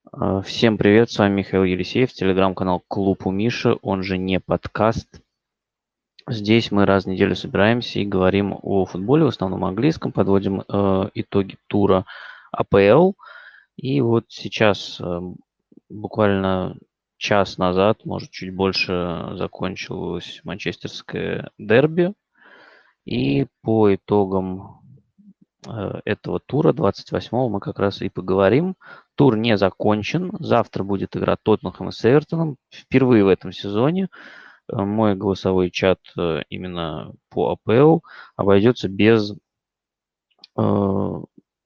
Всем привет, с вами Михаил Елисеев, телеграм-канал Клуб у Миши, он же не подкаст. Здесь мы раз в неделю собираемся и говорим о футболе, в основном английском, подводим итоги тура АПЛ. И вот сейчас, буквально час назад, может чуть больше, закончилось манчестерское дерби. И по итогам этого тура, 28-го, мы как раз и поговорим. Тур не закончен. Завтра будет игра Тоттенхэма с Эвертоном. Впервые в этом сезоне мой голосовой чат именно по АПЛ обойдется без э,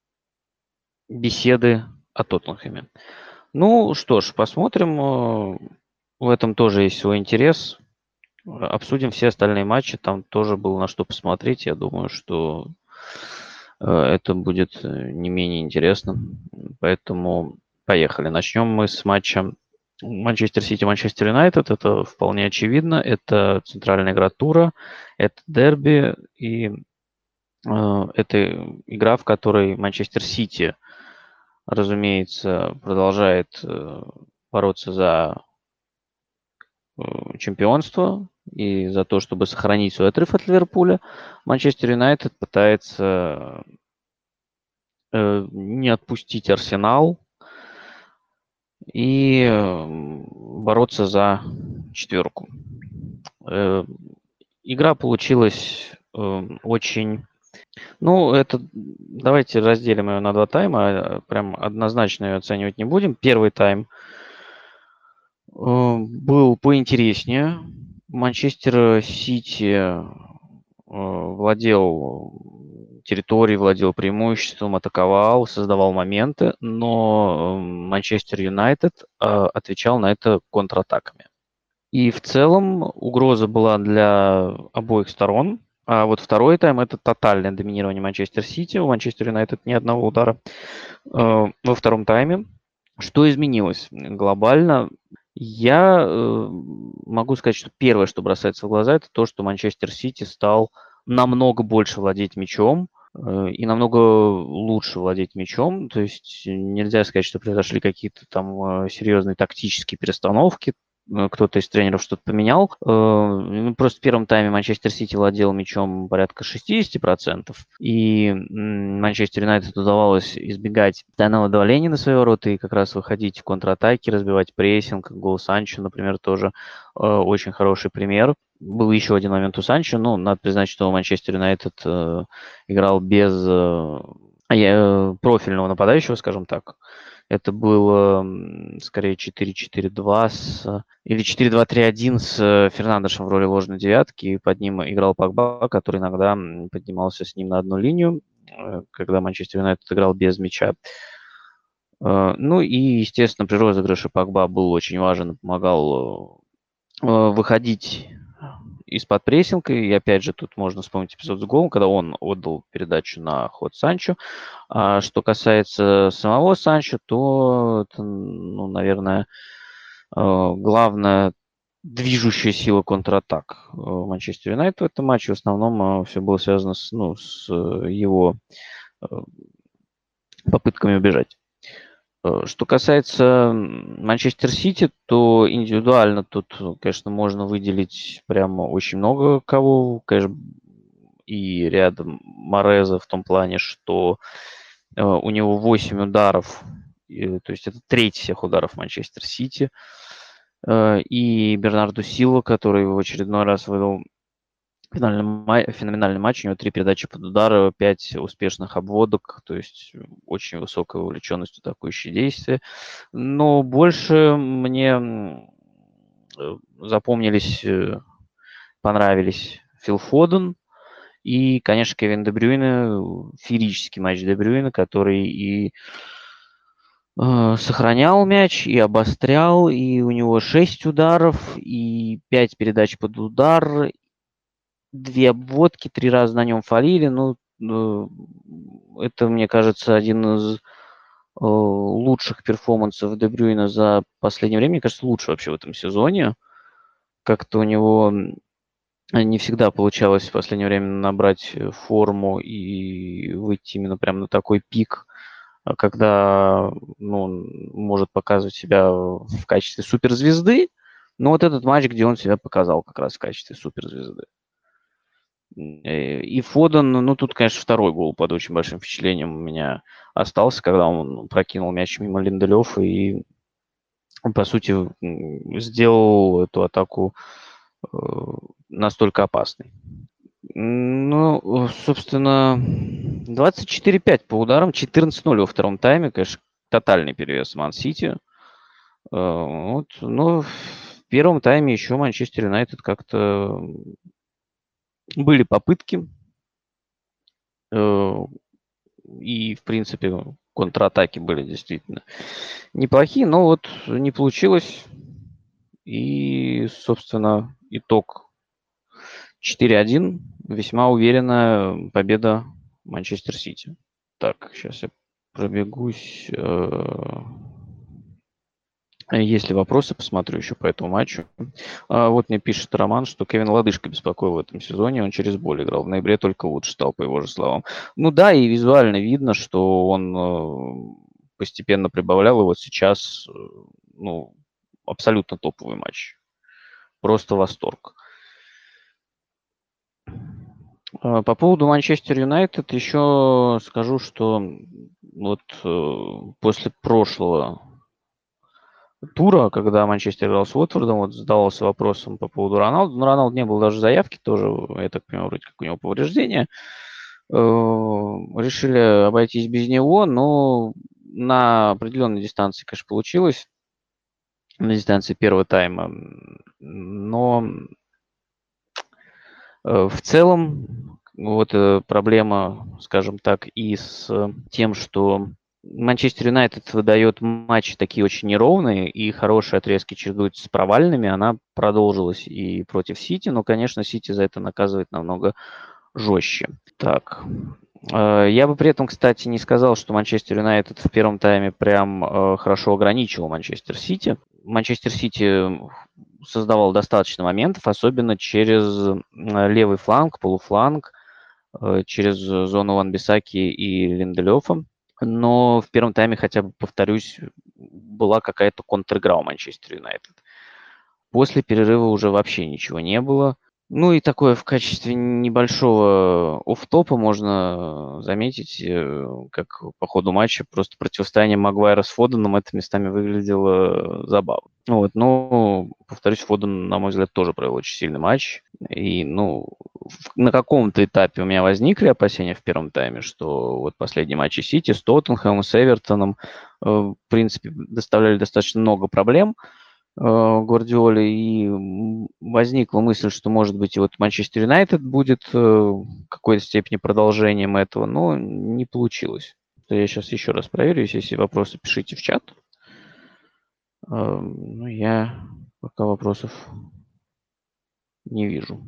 беседы о Тоттенхэме. Ну что ж, посмотрим. В этом тоже есть свой интерес. Обсудим все остальные матчи. Там тоже было на что посмотреть. Я думаю, что это будет не менее интересно. Поэтому поехали. Начнем мы с матча Манчестер Сити, Манчестер Юнайтед. Это вполне очевидно. Это центральная игра тура, это дерби. И это игра, в которой Манчестер Сити, разумеется, продолжает бороться за чемпионство и за то, чтобы сохранить свой отрыв от Ливерпуля. Манчестер Юнайтед пытается не отпустить Арсенал и бороться за четверку. Игра получилась очень... Ну, это давайте разделим ее на два тайма. Прям однозначно ее оценивать не будем. Первый тайм был поинтереснее. Манчестер Сити владел территорией, владел преимуществом, атаковал, создавал моменты, но Манчестер Юнайтед отвечал на это контратаками. И в целом угроза была для обоих сторон. А вот второй тайм – это тотальное доминирование Манчестер Сити. У Манчестер Юнайтед ни одного удара во втором тайме. Что изменилось глобально? Я могу сказать, что первое, что бросается в глаза, это то, что Манчестер Сити стал намного больше владеть мячом и намного лучше владеть мячом. То есть нельзя сказать, что произошли какие-то там серьезные тактические перестановки. Кто-то из тренеров что-то поменял. Просто в первом тайме Манчестер Сити владел мячом порядка 60%, и Манчестер Юнайтед удавалось избегать данного давления на свои ворота и как раз выходить в контратаки, разбивать прессинг. Гол Санчо, например, тоже очень хороший пример. Был еще один момент у Санчо, но надо признать, что Манчестер Юнайтед играл без профильного нападающего, скажем так. Это было скорее 4-4-2 или 4-2-3-1 с Фернандешем в роли ложной девятки. И под ним играл Погба, который иногда поднимался с ним на одну линию, когда Манчестер Юнайтед играл без мяча. Ну и, естественно, при розыгрыше Погба был очень важен, помогал выходить из-под прессинга. И опять же, тут можно вспомнить эпизод с голом, когда он отдал передачу на ход Санчо. А что касается самого Санчо, то это, ну, наверное, главная движущая сила контратак Манчестер Юнайтед в этом матче. В основном все было связано с его попытками убежать. Что касается Манчестер Сити, то индивидуально тут, конечно, можно выделить прямо очень много кого. Конечно, и рядом Мореза в том плане, что у него 8 ударов, то есть это треть всех ударов Манчестер Сити. И Бернарду Силва, который в очередной раз выдал феноменальный матч. У него 3 передачи под удар, 5 успешных обводок, то есть очень высокая вовлеченность в атакующие действия. Но больше мне запомнились, понравились Фил Фоден и, конечно, Кевин Де Брюйне. Феерический матч Де Брюйне, который и сохранял мяч, и обострял, и у него 6 ударов, и 5 передач под удар, 2 обводки, 3 раза на нем фалили. Ну, это, мне кажется, один из лучших перформансов Де Брюйна за последнее время. Мне кажется, лучше вообще в этом сезоне. Как-то у него не всегда получалось в последнее время набрать форму и выйти именно прямо на такой пик когда, ну, он может показывать себя в качестве суперзвезды. Но вот этот матч, где он себя показал как раз в качестве суперзвезды. И Фоден, ну, тут, конечно, второй гол под очень большим впечатлением у меня остался, когда он прокинул мяч мимо Линделёфа и, по сути, сделал эту атаку э, настолько опасной. Ну, собственно, 24-5 по ударам, 14-0 во втором тайме, конечно, тотальный перевес Ман-Сити. Вот, но в первом тайме еще Манчестер Юнайтед как-то были попытки, э, и, в принципе, контратаки были действительно неплохие, но вот не получилось. И, собственно, итог 4-1. Весьма уверенная победа Манчестер Сити. Так, сейчас я пробегусь. Есть ли вопросы, посмотрю еще по этому матчу. Вот мне пишет Роман, что Кевин Лодыжка беспокоил в этом сезоне, он через боль играл. В ноябре только лучше стал, по его же словам. Ну да, и визуально видно, что он постепенно прибавлял, и вот сейчас, ну, абсолютно топовый матч. Просто восторг. По поводу Манчестер Юнайтед еще скажу, что вот после прошлого тура, когда Манчестер играл с Уотфордом, вот задавался вопросом по поводу Роналду. Но Роналду не было даже заявки тоже, я так понимаю, вроде как у него повреждение. Решили обойтись без него, но на определенной дистанции, конечно, получилось. На дистанции первого тайма. Но в целом вот проблема, скажем так, и с тем, что Манчестер Юнайтед выдает матчи такие очень неровные, и хорошие отрезки чередуются с провальными. Она продолжилась и против Сити, но, конечно, Сити за это наказывает намного жестче. Так, я бы при этом, кстати, не сказал, что Манчестер Юнайтед в первом тайме прям хорошо ограничивал Манчестер Сити. Манчестер Сити создавал достаточно моментов, особенно через левый фланг, полуфланг, через зону Ван-Бисаки и Линделёфа. Но в первом тайме, хотя бы, повторюсь, была какая-то контр-игра у Манчестер Юнайтед. После перерыва уже вообще ничего не было. Ну и такое в качестве небольшого офф-топа можно заметить, как по ходу матча просто противостояние Магуайра с Фоденом, это местами выглядело забавно. Вот, но, повторюсь, Фоден, на мой взгляд, тоже провел очень сильный матч. И, ну, на каком-то этапе у меня возникли опасения в первом тайме, что вот последние матчи Сити с Тоттенхэмом, с Эвертоном, в принципе, доставляли достаточно много проблем Гвардиоле, и возникла мысль, что, может быть, и вот Манчестер Юнайтед будет в какой-то степени продолжением этого, но не получилось. Я сейчас еще раз проверю, если вопросы, пишите в чат. Ну, я пока вопросов не вижу.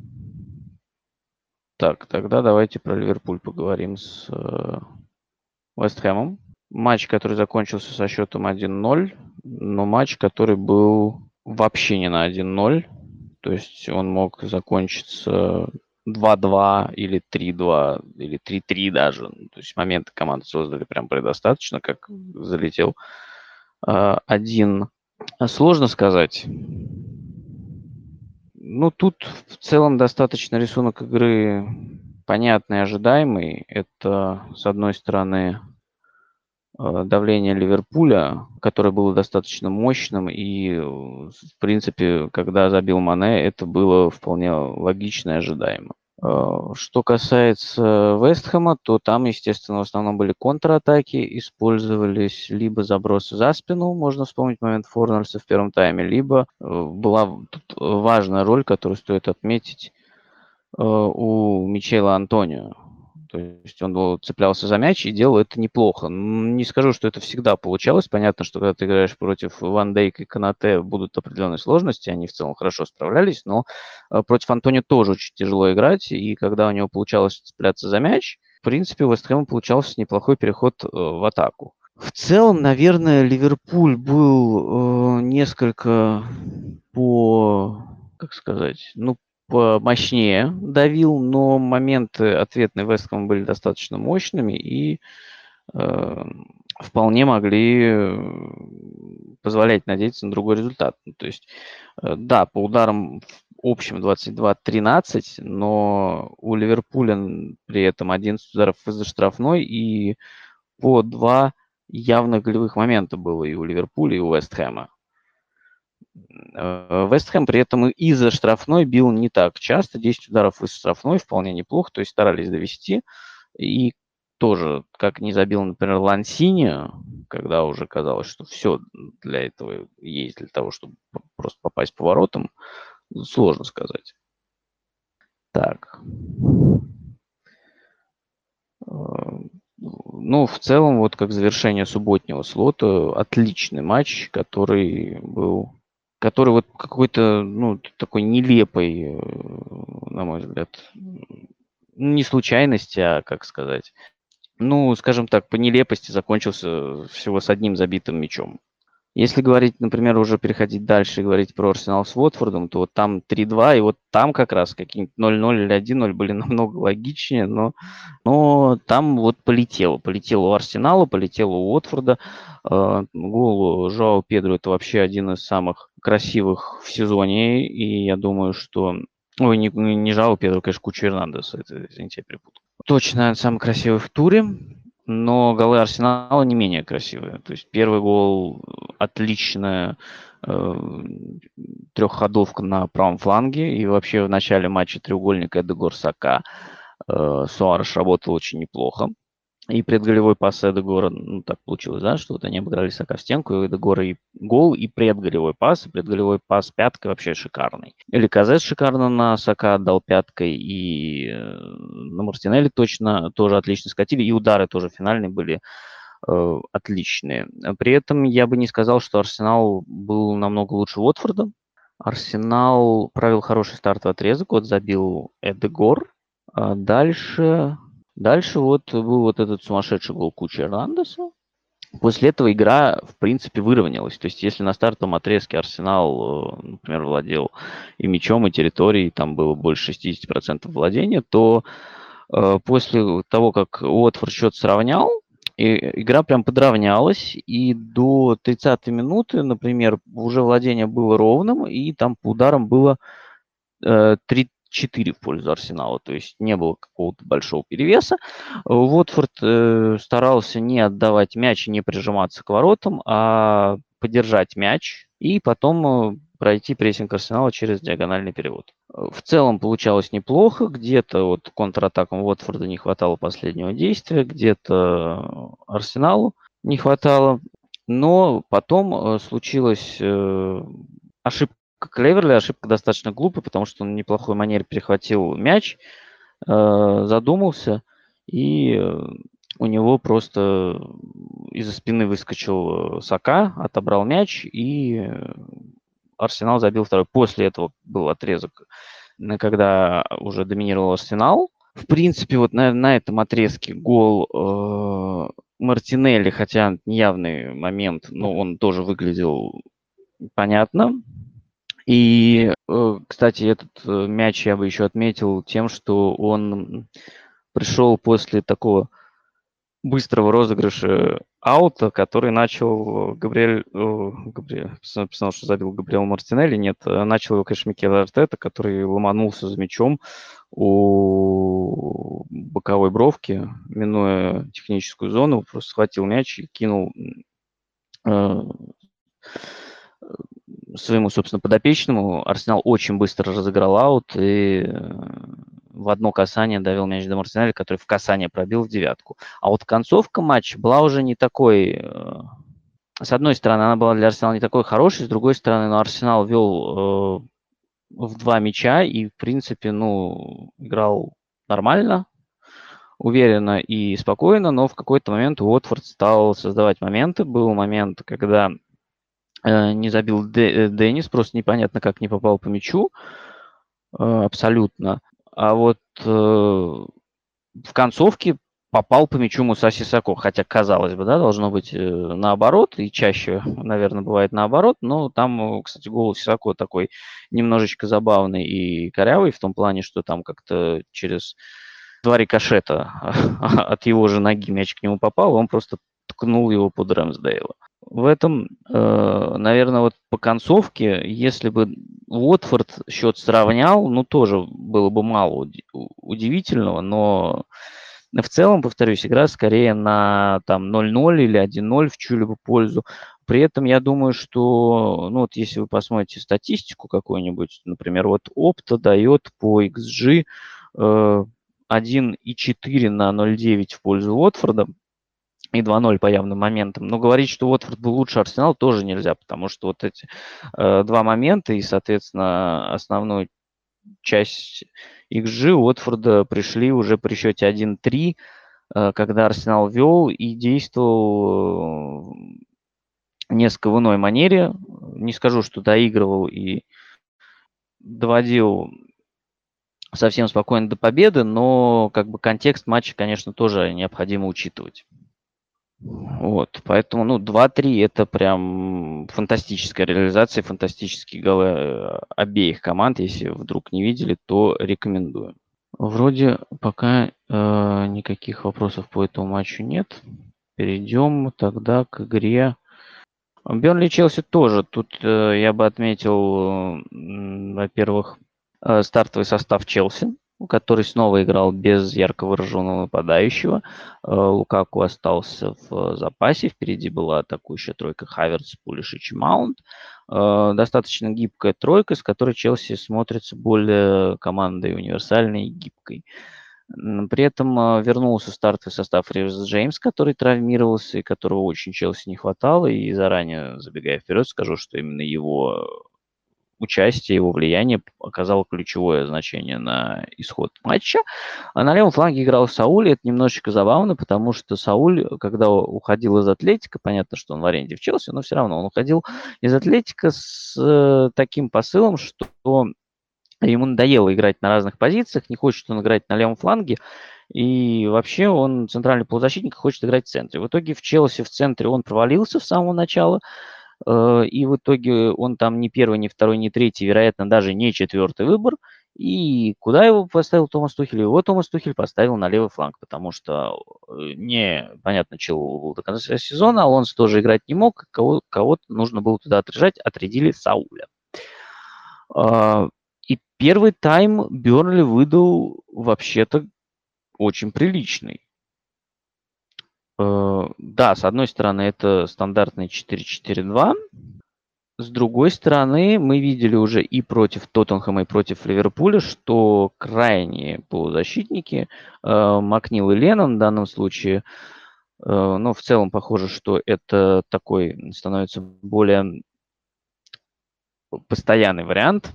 Так, тогда давайте про Ливерпуль поговорим с Вест Хэмом. Матч, который закончился со счетом 1-0, но матч, который был вообще не на 1-0. То есть он мог закончиться 2-2 или 3-2, или 3-3 даже. То есть моменты команды создали прям предостаточно, как залетел один. Сложно сказать. Ну, тут в целом достаточно рисунок игры понятный, ожидаемый. Это, с одной стороны, давление Ливерпуля, которое было достаточно мощным, и, в принципе, когда забил Мане, это было вполне логично и ожидаемо. Что касается Вест Хэма, то там, естественно, в основном были контратаки, использовались либо забросы за спину, можно вспомнить момент Форнальса в первом тайме, либо была тут важная роль, которую стоит отметить, у Мичела Антонио. То есть он цеплялся за мяч и делал это неплохо. Не скажу, что это всегда получалось. Понятно, что когда ты играешь против Ван Дейка и Канате, будут определенные сложности. Они в целом хорошо справлялись, но против Антонио тоже очень тяжело играть. И когда у него получалось цепляться за мяч, в принципе, у Вест Хэма получался неплохой переход в атаку. В целом, наверное, Ливерпуль был несколько как сказать, ну, помощнее давил, но моменты ответные Вест Хэма были достаточно мощными, и вполне могли позволять надеяться на другой результат. Ну, то есть, да, по ударам в общем 22-13, но у Ливерпуля при этом 11 ударов из-за штрафной и по 2 явных голевых момента было и у Ливерпуля, и у Вест Хэма. Вест Хэм при этом и из-за штрафной бил не так часто, 10 ударов из штрафной вполне неплохо, то есть старались довести. И тоже, как не забил, например, Лансини, когда уже казалось, что все для этого есть, для того, чтобы просто попасть по воротам, сложно сказать. Так. Ну, в целом, вот как завершение субботнего слота, отличный матч, который вот какой-то, ну, такой нелепой, на мой взгляд, не случайности, а, как сказать, ну, скажем так, по нелепости закончился всего с одним забитым мячом. Если говорить, например, уже переходить дальше и говорить про Арсенал с Уотфордом, то вот там 3-2, и вот там как раз какие-нибудь 0-0 или 1-0 были намного логичнее, но там вот полетело. Полетело у Арсенала, полетело у Уотфорда. Гол Жоао Педро – это вообще один из самых красивых в сезоне, и я думаю, что... Ой, не Жоао Педро, конечно, Кучу Эрнандес, это, извините, я перепутал. Точно, наверное, самый красивый в туре, но голы Арсенала не менее красивые. То есть первый гол отличная трехходовка на правом фланге, и вообще в начале матча треугольник Эдегор Сака. Суареш работал очень неплохо. И предголевой пас Эдегора, ну, так получилось, да, что вот они обыграли Сака в стенку, и у Эдегора и гол, и предголевой пас пяткой вообще шикарный. Или Казет шикарно на Сака отдал пяткой, и на Мартинелли точно тоже отлично скатили, и удары тоже финальные были отличные. При этом я бы не сказал, что Арсенал был намного лучше Уотфорда. Арсенал провел хороший стартовый отрезок, вот забил Эдегор, а дальше вот был вот этот сумасшедший гол Кучи Эрнандеса. После этого игра, в принципе, выровнялась. То есть, если на стартовом отрезке Арсенал, например, владел и мячом, и территорией, там было больше 60% владения, то после того, как Уотфорд счет сравнял, и игра прям подравнялась, и до 30-й минуты, например, уже владение было ровным, и там по ударам было 3-4 в пользу Арсенала, то есть не было какого-то большого перевеса. Уотфорд старался не отдавать мяч и не прижиматься к воротам, а подержать мяч и потом пройти прессинг Арсенала через диагональный перевод. В целом получалось неплохо, где-то вот контратакам Уотфорда не хватало последнего действия, где-то Арсеналу не хватало, но потом случилась ошибка Клеверли, ошибка достаточно глупая, потому что он в неплохой манере перехватил мяч, задумался, и у него просто из-за спины выскочил Сака, отобрал мяч, и Арсенал забил второй. После этого был отрезок, когда уже доминировал Арсенал. В принципе, вот на этом отрезке гол Мартинелли, хотя неявный момент, но он тоже выглядел понятно. И, кстати, этот мяч я бы еще отметил тем, что он пришел после такого быстрого розыгрыша аута, который начал Габриэль, писал, что забил Габриэл Мартинелли, нет, начал его, конечно, Микель Артета, который ломанулся за мячом у боковой бровки, минуя техническую зону, просто схватил мяч и кинул своему, собственно, подопечному. Арсенал очень быстро разыграл аут и в одно касание довел мяч до Мартинелли, который в касание пробил в девятку. А вот концовка матча была уже не такой... С одной стороны, она была для Арсенала не такой хорошей, с другой стороны, Арсенал вел в 2 мяча и, в принципе, играл нормально, уверенно и спокойно, но в какой-то момент Уотфорд стал создавать моменты. Был момент, когда не забил Деннис, просто непонятно, как не попал по мячу, абсолютно. А вот в концовке попал по мячу Муса Сисако, хотя, казалось бы, да, должно быть наоборот, и чаще, наверное, бывает наоборот, но там, кстати, гол Сисако такой немножечко забавный и корявый, в том плане, что там как-то через 2 рикошета от его же ноги мяч к нему попал, он просто ткнул его под Рэмсдейла. В этом, наверное, вот по концовке, если бы Уотфорд счет сравнял, ну, тоже было бы мало удивительного, но в целом, повторюсь, игра скорее на там 0-0 или 1-0 в чью-либо пользу. При этом я думаю, что, ну, вот если вы посмотрите статистику какую-нибудь, например, вот Opta дает по XG 1,4 на 0,9 в пользу Уотфорда и 2-0 по явным моментам. Но говорить, что Уотфорд был лучше Арсенал, тоже нельзя, потому что вот эти два момента и, соответственно, основную часть XG Уотфорда пришли уже при счете 1-3, когда Арсенал вел и действовал несколько в иной манере. Не скажу, что доигрывал и доводил совсем спокойно до победы, но как бы контекст матча, конечно, тоже необходимо учитывать. Вот, поэтому, ну, 2-3 это прям фантастическая реализация, фантастические голы обеих команд. Если вдруг не видели, то рекомендую. Вроде пока никаких вопросов по этому матчу нет. Перейдем тогда к игре. Бернли Челси тоже. Тут я бы отметил, во-первых, стартовый состав Челси, который снова играл без ярко выраженного нападающего. Лукаку остался в запасе. Впереди была атакующая тройка Хавертс, Пулишич и Маунт. Достаточно гибкая тройка, с которой Челси смотрится более командой универсальной и гибкой. При этом вернулся стартовый состав Ривз Джеймс, который травмировался и которого очень Челси не хватало. И заранее, забегая вперед, скажу, что именно его участие, его влияние оказало ключевое значение на исход матча. А на левом фланге играл Сауль, и это немножечко забавно, потому что Сауль, когда уходил из Атлетика, понятно, что он в аренде в Челси, но все равно он уходил из Атлетика с таким посылом, что ему надоело играть на разных позициях, не хочет он играть на левом фланге, и вообще он центральный полузащитник, хочет играть в центре. В итоге в Челси в центре он провалился с самого начала, и в итоге он там ни первый, ни второй, ни третий, вероятно, даже не четвертый выбор. И куда его поставил Томас Тухель? Его Томас Тухель поставил на левый фланг, потому что непонятно, чего был до конца сезона, Алонсо тоже играть не мог, кого-то нужно было туда отряжать, отрядили Сауля. И первый тайм Бернли выдал вообще-то очень приличный. Да, с одной стороны, это стандартный 4-4-2. С другой стороны, мы видели уже и против Тоттенхэма, и против Ливерпуля, что крайние полузащитники, Макнил и Леннон в данном случае, но в целом похоже, что это такой становится более постоянный вариант,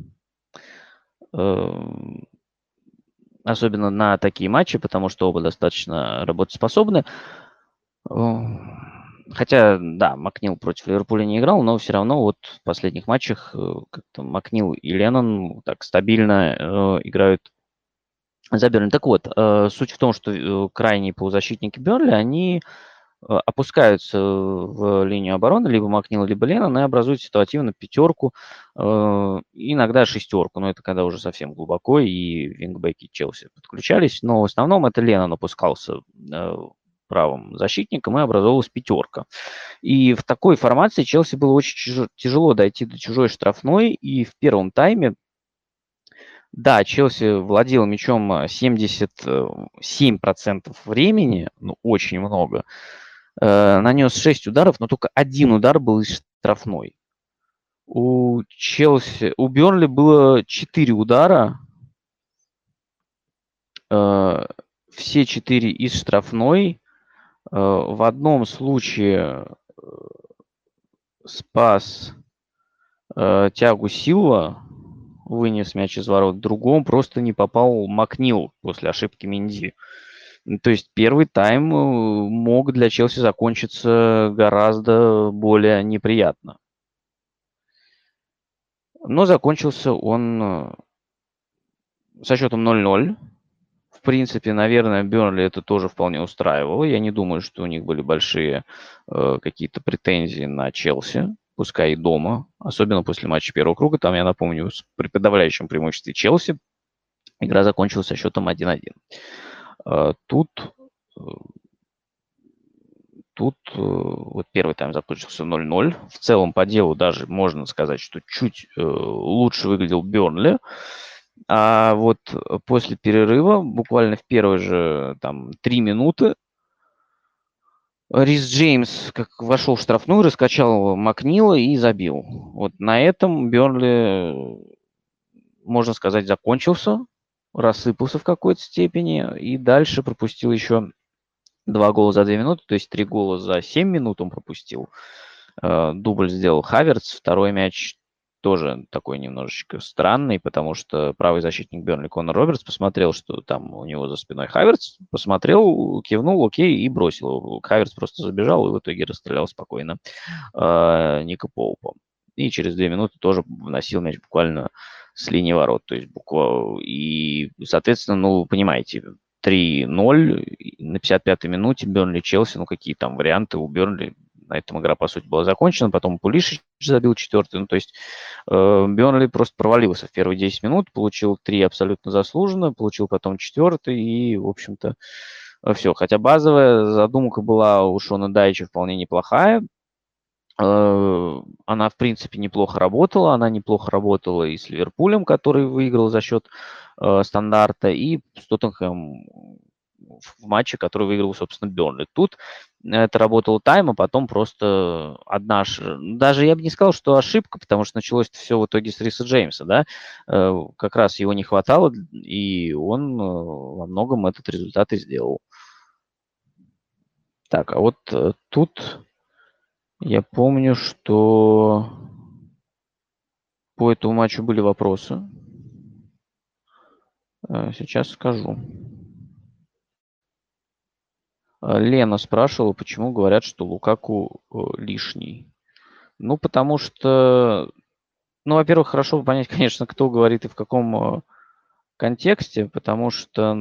особенно на такие матчи, потому что оба достаточно работоспособны. Хотя, да, Макнил против Ливерпуля не играл, но все равно вот в последних матчах как-то Макнил и Леннон так стабильно играют за Бернли. Так вот, суть в том, что крайние полузащитники Бернли, они опускаются в линию обороны, либо Макнил, либо Леннон, и образуют ситуативно пятерку, иногда шестерку, но это когда уже совсем глубоко, и вингбеки Челси подключались, но в основном это Леннон опускался правым защитником, и образовалась пятерка. И в такой формации Челси было очень тяжело дойти до чужой штрафной, и в первом тайме, да, Челси владел мячом 77% времени, ну, очень много, нанес 6 ударов, но только один удар был из штрафной. У Бернли было 4 удара, все 4 из штрафной. В одном случае спас Тиаго Силва, вынес мяч из ворот, в другом просто не попал Макнил после ошибки Менди. То есть первый тайм мог для Челси закончиться гораздо более неприятно. Но закончился он со счетом 0-0. В принципе, наверное, Бернли это тоже вполне устраивало. Я не думаю, что у них были большие какие-то претензии на Челси, пускай и дома, особенно после матча первого круга. Там, я напомню, при подавляющем преимуществе Челси игра закончилась со счетом 1-1. Тут тут вот первый тайм закончился 0-0. В целом по делу даже можно сказать, что чуть лучше выглядел Бернли. А вот после перерыва, буквально в первые же там 3 минуты, Рис Джеймс как вошел в штрафную, раскачал Макнила и забил. Вот на этом Бернли, можно сказать, закончился, рассыпался в какой-то степени и дальше пропустил еще 2 гола за 2 минуты, то есть 3 гола за 7 минут он пропустил. Дубль сделал Хавертс, второй мяч тоже такой немножечко странный, потому что правый защитник Бернли Конор Робертс посмотрел, что там у него за спиной Хавертс, посмотрел, кивнул, окей, и бросил его. Хавертс просто забежал и в итоге расстрелял спокойно Ника Поупа. И через 2 минуты тоже вносил мяч буквально с линии ворот. То есть и, соответственно, ну, понимаете, 3-0 на 55-й минуте Бернли-Челси, ну, какие там варианты у Бернли. На этом игра, по сути, была закончена. Потом Пулишич забил 4-й. Ну, то есть Бернли просто провалился в первые 10 минут, получил 3 абсолютно заслуженно, получил потом 4-й и, в общем-то, все. Хотя базовая задумка была у Шона Дайча вполне неплохая. Она, в принципе, неплохо работала. Она неплохо работала и с Ливерпулем, который выиграл за счет стандарта, и с Тоттенхэмом в матче, который выиграл, собственно, Бернли. Тут это работало тайм, а потом просто одна... Даже я бы не сказал, что ошибка, потому что началось все в итоге с Риса Джеймса, да? Как раз его не хватало, и он во многом этот результат и сделал. Так, а вот тут я помню, что по этому матчу были вопросы. Сейчас скажу. Лена спрашивала, почему говорят, что Лукаку лишний. Ну, потому что, ну, во-первых, хорошо бы понять, конечно, кто говорит и в каком контексте, потому что,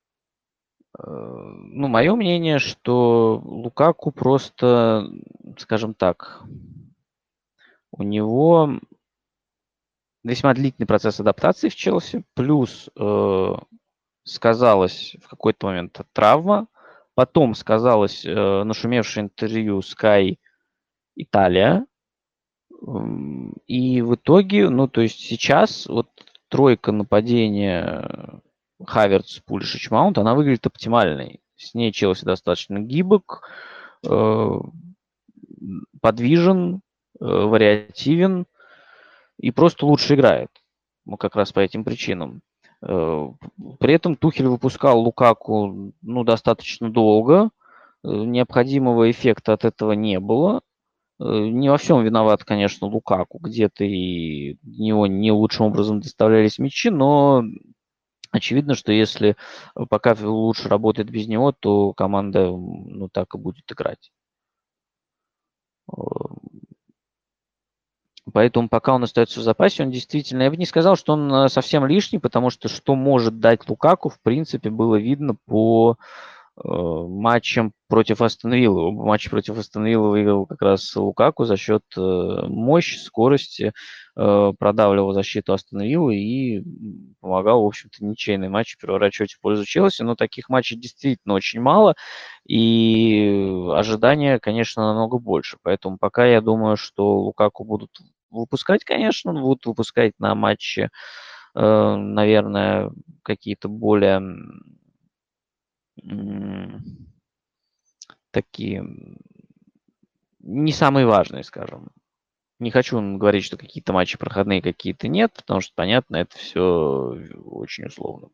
ну, мое мнение, что Лукаку просто, скажем так, у него весьма длительный процесс адаптации в Челси, плюс сказалась в какой-то момент травма, потом сказалось нашумевшее интервью Sky Италия, и в итоге, ну, то есть сейчас вот тройка нападения Хавертс, Пулишич, Маунт, она выглядит оптимальной. С ней Челси достаточно гибок, подвижен, вариативен и просто лучше играет. Ну, как раз по этим причинам. При этом Тухель выпускал Лукаку, ну, достаточно долго. Необходимого эффекта от этого не было. Не во всем виноват, конечно, Лукаку. Где-то и у него не лучшим образом доставлялись мячи, но очевидно, что если пока лучше работает без него, то команда, ну, так и будет играть. Поэтому пока он остается в запасе, он действительно, я бы не сказал, что он совсем лишний, потому что может дать Лукаку, в принципе, было видно по матчам против Астон Виллы. Оба матча против Астон Виллы выиграл как раз Лукаку за счет мощи, скорости, продавливал защиту Астон Виллы и помогал, в общем-то, ничейный матч переворачивать в пользу Челси. Но таких матчей действительно очень мало, и ожидания, конечно, намного больше. Поэтому пока я думаю, что Лукаку будут выпускать, конечно, будут выпускать на матче, наверное, какие-то более такие не самые важные, скажем. Не хочу говорить, что какие-то матчи проходные, какие-то нет, потому что, понятно, это все очень условно.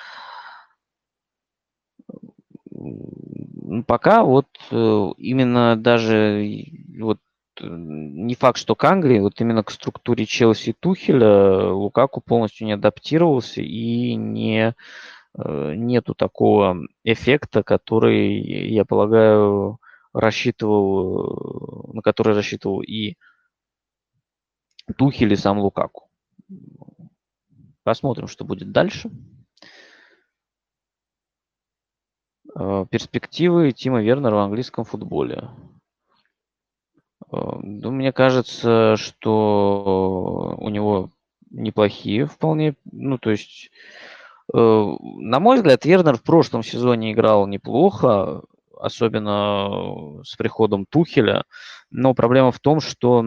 Пока вот именно даже вот не факт, что к Англии, вот именно к структуре Челси и Тухеля Лукаку полностью не адаптировался и нету такого эффекта, который, я полагаю, на который рассчитывал и Тухель, и сам Лукаку. Посмотрим, что будет дальше. Перспективы Тима Вернера в английском футболе. Ну, мне кажется, что у него неплохие вполне. Ну, то есть, на мой взгляд, Вернер в прошлом сезоне играл неплохо. особенно с приходом Тухеля. Но проблема в том, что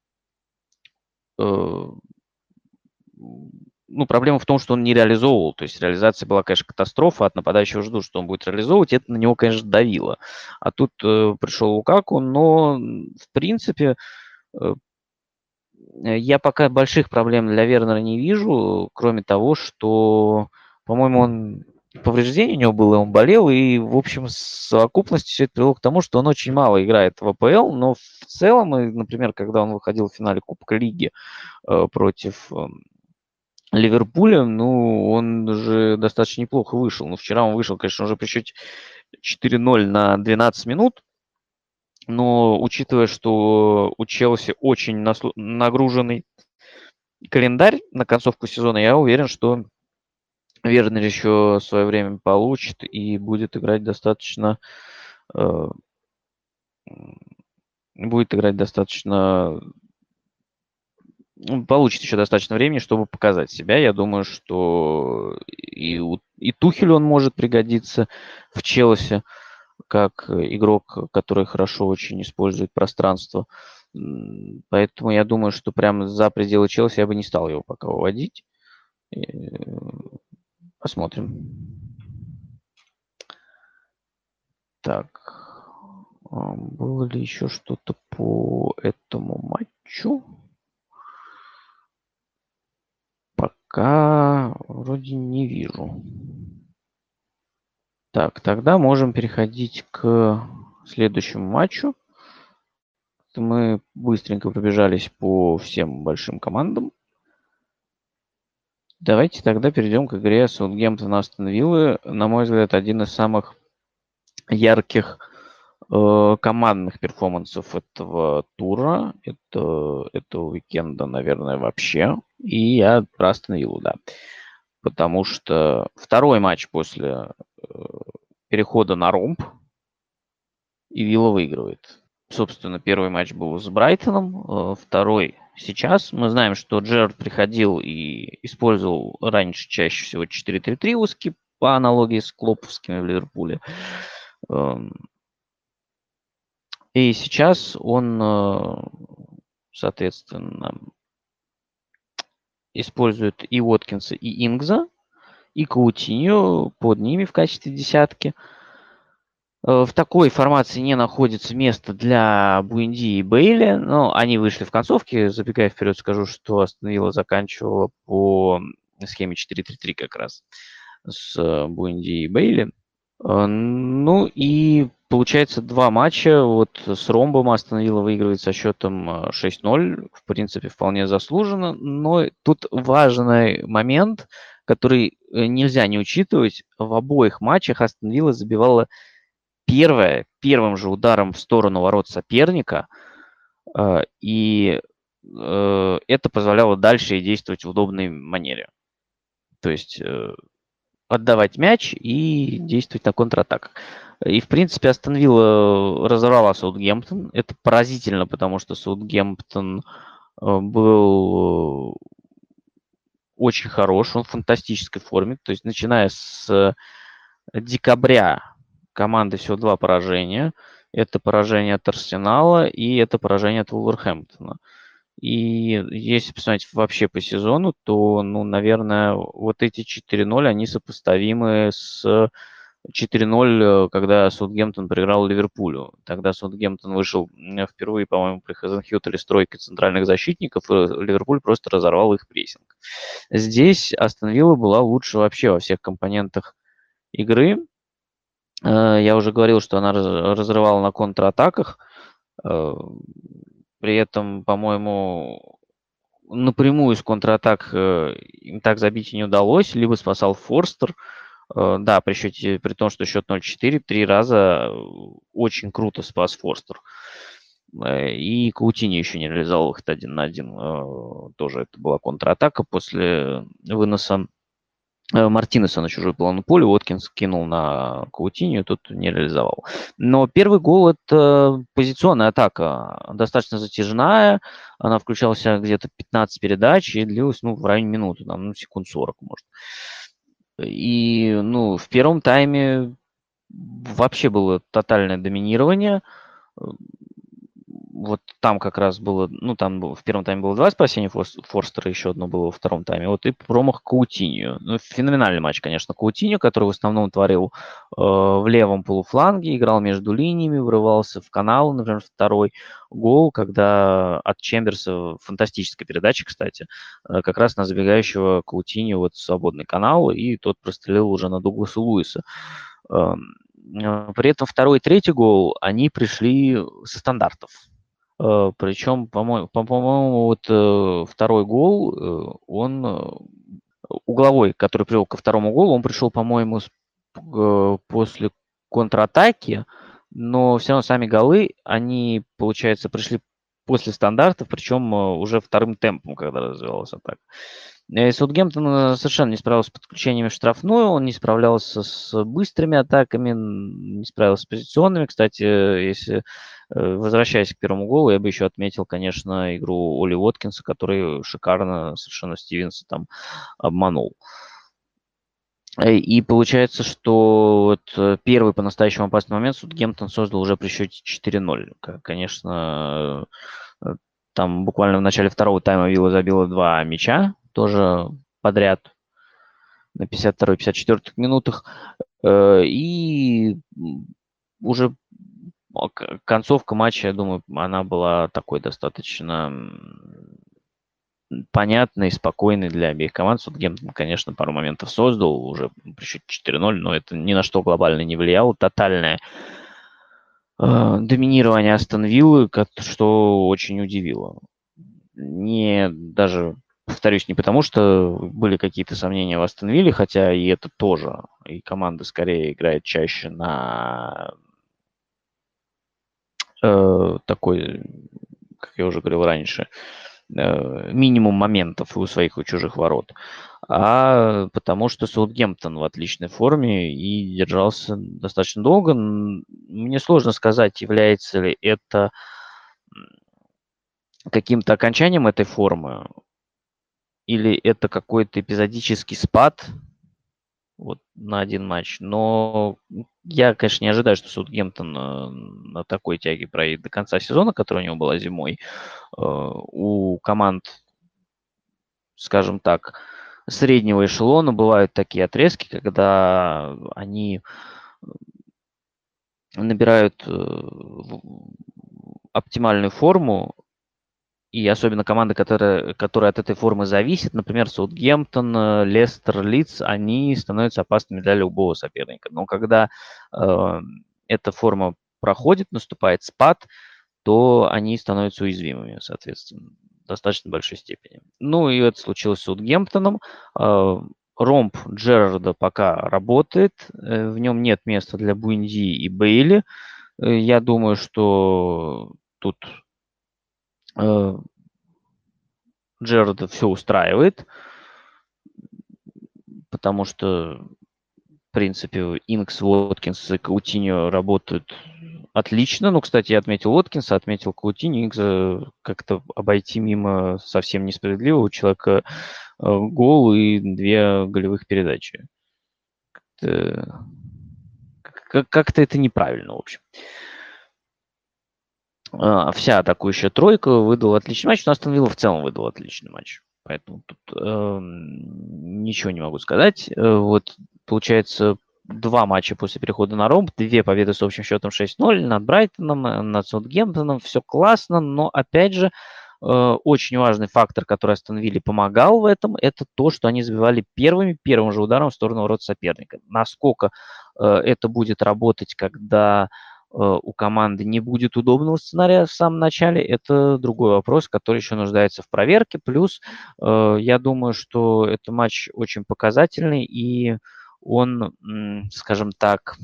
проблема в том, что он не реализовывал. То есть реализация была, конечно, катастрофа. От нападающего ждут, что он будет реализовывать. И это на него, конечно, давило. А тут пришел Лукаку, но, в принципе, я пока больших проблем для Вернера не вижу, кроме того, что, по-моему, он повреждение у него было, он болел, и, в общем, в совокупности все это привело к тому, что он очень мало играет в АПЛ, но в целом, и, например, когда он выходил в финале Кубка Лиги против Ливерпуля, он же достаточно неплохо вышел. Ну, вчера он вышел, конечно, уже при счете 4-0 на 12 минут, но учитывая, что у Челси очень нагруженный календарь на концовку сезона, я уверен, что Вернер еще свое время получит и будет играть достаточно э, получит еще достаточно времени, чтобы показать себя. Я думаю, что и Тухелю он может пригодиться в Челси как игрок, который хорошо очень использует пространство. Поэтому я думаю, что прямо за пределы Челси я бы не стал его пока выводить. Посмотрим. Так, было ли еще что-то по этому матчу? Пока вроде не вижу. Так, тогда можем переходить к следующему матчу. Мы быстренько пробежались по всем большим командам. Давайте тогда перейдем к игре Саутгемптон-Астон Виллы. На мой взгляд, один из самых ярких командных перформансов этого тура, этого уикенда, наверное, вообще. И я про Астон Виллу, да. Потому что второй матч после перехода на ромб, и Вилла выигрывает. Собственно, первый матч был с Брайтоном, второй сейчас. Мы знаем, что Джерард приходил и использовал раньше чаще всего 4-3-3 узкий, по аналогии с Клопповскими в Ливерпуле. И сейчас он, соответственно, использует и Уоткинса, и Ингза, и Каутиньо под ними в качестве десятки. В такой формации не находится место для Буэнди и Бейли, но они вышли в концовке. Забегая вперед, скажу, что Астон Вилла заканчивала по схеме 4-3-3 как раз с Буэнди и Бейли. Ну и получается два матча. Вот с ромбом Астон Вилла выигрывает со счетом 6-0. В принципе, вполне заслуженно. Но тут важный момент, который нельзя не учитывать. В обоих матчах Астон Вилла забивала первым же ударом в сторону ворот соперника, и это позволяло дальше действовать в удобной манере. То есть отдавать мяч и действовать на контратаках. И, в принципе, Астон Вилла разорвала Саутгемптон. Это поразительно, потому что Саутгемптон был очень хорош, он в фантастической форме. То есть, начиная с декабря команды всего 2 поражения. Это поражение от Арсенала и это поражение от Вулверхэмптона. И если посмотреть вообще по сезону, то, наверное, вот эти 4-0, они сопоставимы с 4-0, когда Саутгемптон проиграл Ливерпулю. Тогда Саутгемптон вышел впервые, по-моему, при Хазенхютеле с тройкой центральных защитников, и Ливерпуль просто разорвал их прессинг. Здесь Астон Вилла была лучше вообще во всех компонентах игры. Я уже говорил, что она разрывала на контратаках. При этом, по-моему, напрямую с контратак им так забить и не удалось. Либо спасал Форстер. Да, при том, что счет 0-4, 3 раза очень круто спас Форстер. И Каутини еще не реализовал их 1 на 1. Тоже это была контратака после выноса Мартинеса на чужую половину поля. Уоткинс кинул на Каутинью, тот не реализовал. Но первый гол – это позиционная атака, достаточно затяжная. Она включалась где-то 15 передач и длилась в районе минуты, секунд 40, может. И в первом тайме вообще было тотальное доминирование. Вот там как раз было, ну, там в первом тайме было 2 спасения Форстера, еще одно было во втором тайме. Вот и промах Каутиньо. Ну, феноменальный матч, конечно, Каутиньо, который в основном творил в левом полуфланге, играл между линиями, врывался в канал. Например, второй гол, когда от Чемберса, фантастическая передача, кстати, как раз на забегающего Каутиньо вот свободный канал, и тот прострелил уже на Дугласа Луиса. При этом второй и третий гол, они пришли со стандартов. Причем, по-моему, вот второй гол, он угловой, который привел ко второму голу, он пришел, по-моему, после контратаки, но все равно сами голы, они, получается, пришли после стандартов, причем уже вторым темпом, когда развивалась атака. Саутгемптон совершенно не справился с подключениями в штрафную, он не справлялся с быстрыми атаками, не справился с позиционными. Кстати, если возвращаясь к первому голу, я бы еще отметил, конечно, игру Оли Уоткинса, который шикарно совершенно Стивенса там обманул. И получается, что вот первый по-настоящему опасный момент Саутгемптон создал уже при счете 4-0. Конечно, там буквально в начале второго тайма Вилла забила 2 мяча, тоже подряд на 52-й, 54-х минутах. И уже концовка матча, я думаю, она была такой достаточно понятной, спокойной для обеих команд. Саутгемптон, конечно, пару моментов создал уже при счете 4-0, но это ни на что глобально не влияло. Тотальное доминирование Астон Виллы, что очень удивило. Не даже, повторюсь, не потому, что были какие-то сомнения в Астон Вилле, хотя и это тоже. И команда скорее играет чаще на такой, как я уже говорил раньше, минимум моментов и у своих, и у чужих ворот, а потому что Саутгемптон в отличной форме и держался достаточно долго. Мне сложно сказать, является ли это каким-то окончанием этой формы, или это какой-то эпизодический спад вот на один матч. Но я, конечно, не ожидаю, что Саутгемптон на такой тяге проедет до конца сезона, который у него была зимой. У команд, скажем так, среднего эшелона бывают такие отрезки, когда они набирают оптимальную форму, и особенно команды, которые от этой формы зависят, например, Саутгемптон, Лестер, Лидс, они становятся опасными для любого соперника. Но когда эта форма проходит, наступает спад, то они становятся уязвимыми, соответственно, в достаточно большой степени. Ну и это случилось с Саутгемптоном. Ромб Джерарда пока работает, в нем нет места для Буэнди и Бейли. Я думаю, что тут Джерарда все устраивает, потому что, в принципе, Инкс, Уоткинс и Каутиньо работают отлично. Ну, кстати, я отметил Уоткинса, отметил Каутиньо. Инкса как-то обойти мимо совсем несправедливо. У человека гол и 2 голевых передачи. Как-то это неправильно, в общем. Вся атакующая тройка выдала отличный матч, но Астон Вилла в целом выдал отличный матч. Поэтому тут ничего не могу сказать. Вот, получается, 2 матча после перехода на ромб, 2 победы с общим счетом 6-0 над Брайтоном, над Саутгемптоном. Все классно, но, опять же, очень важный фактор, который Астон Вилле помогал в этом, это то, что они забивали первым же ударом в сторону ворот соперника. Насколько это будет работать, когда у команды не будет удобного сценария в самом начале, это другой вопрос, который еще нуждается в проверке. Плюс я думаю, что это матч очень показательный, и он, скажем так,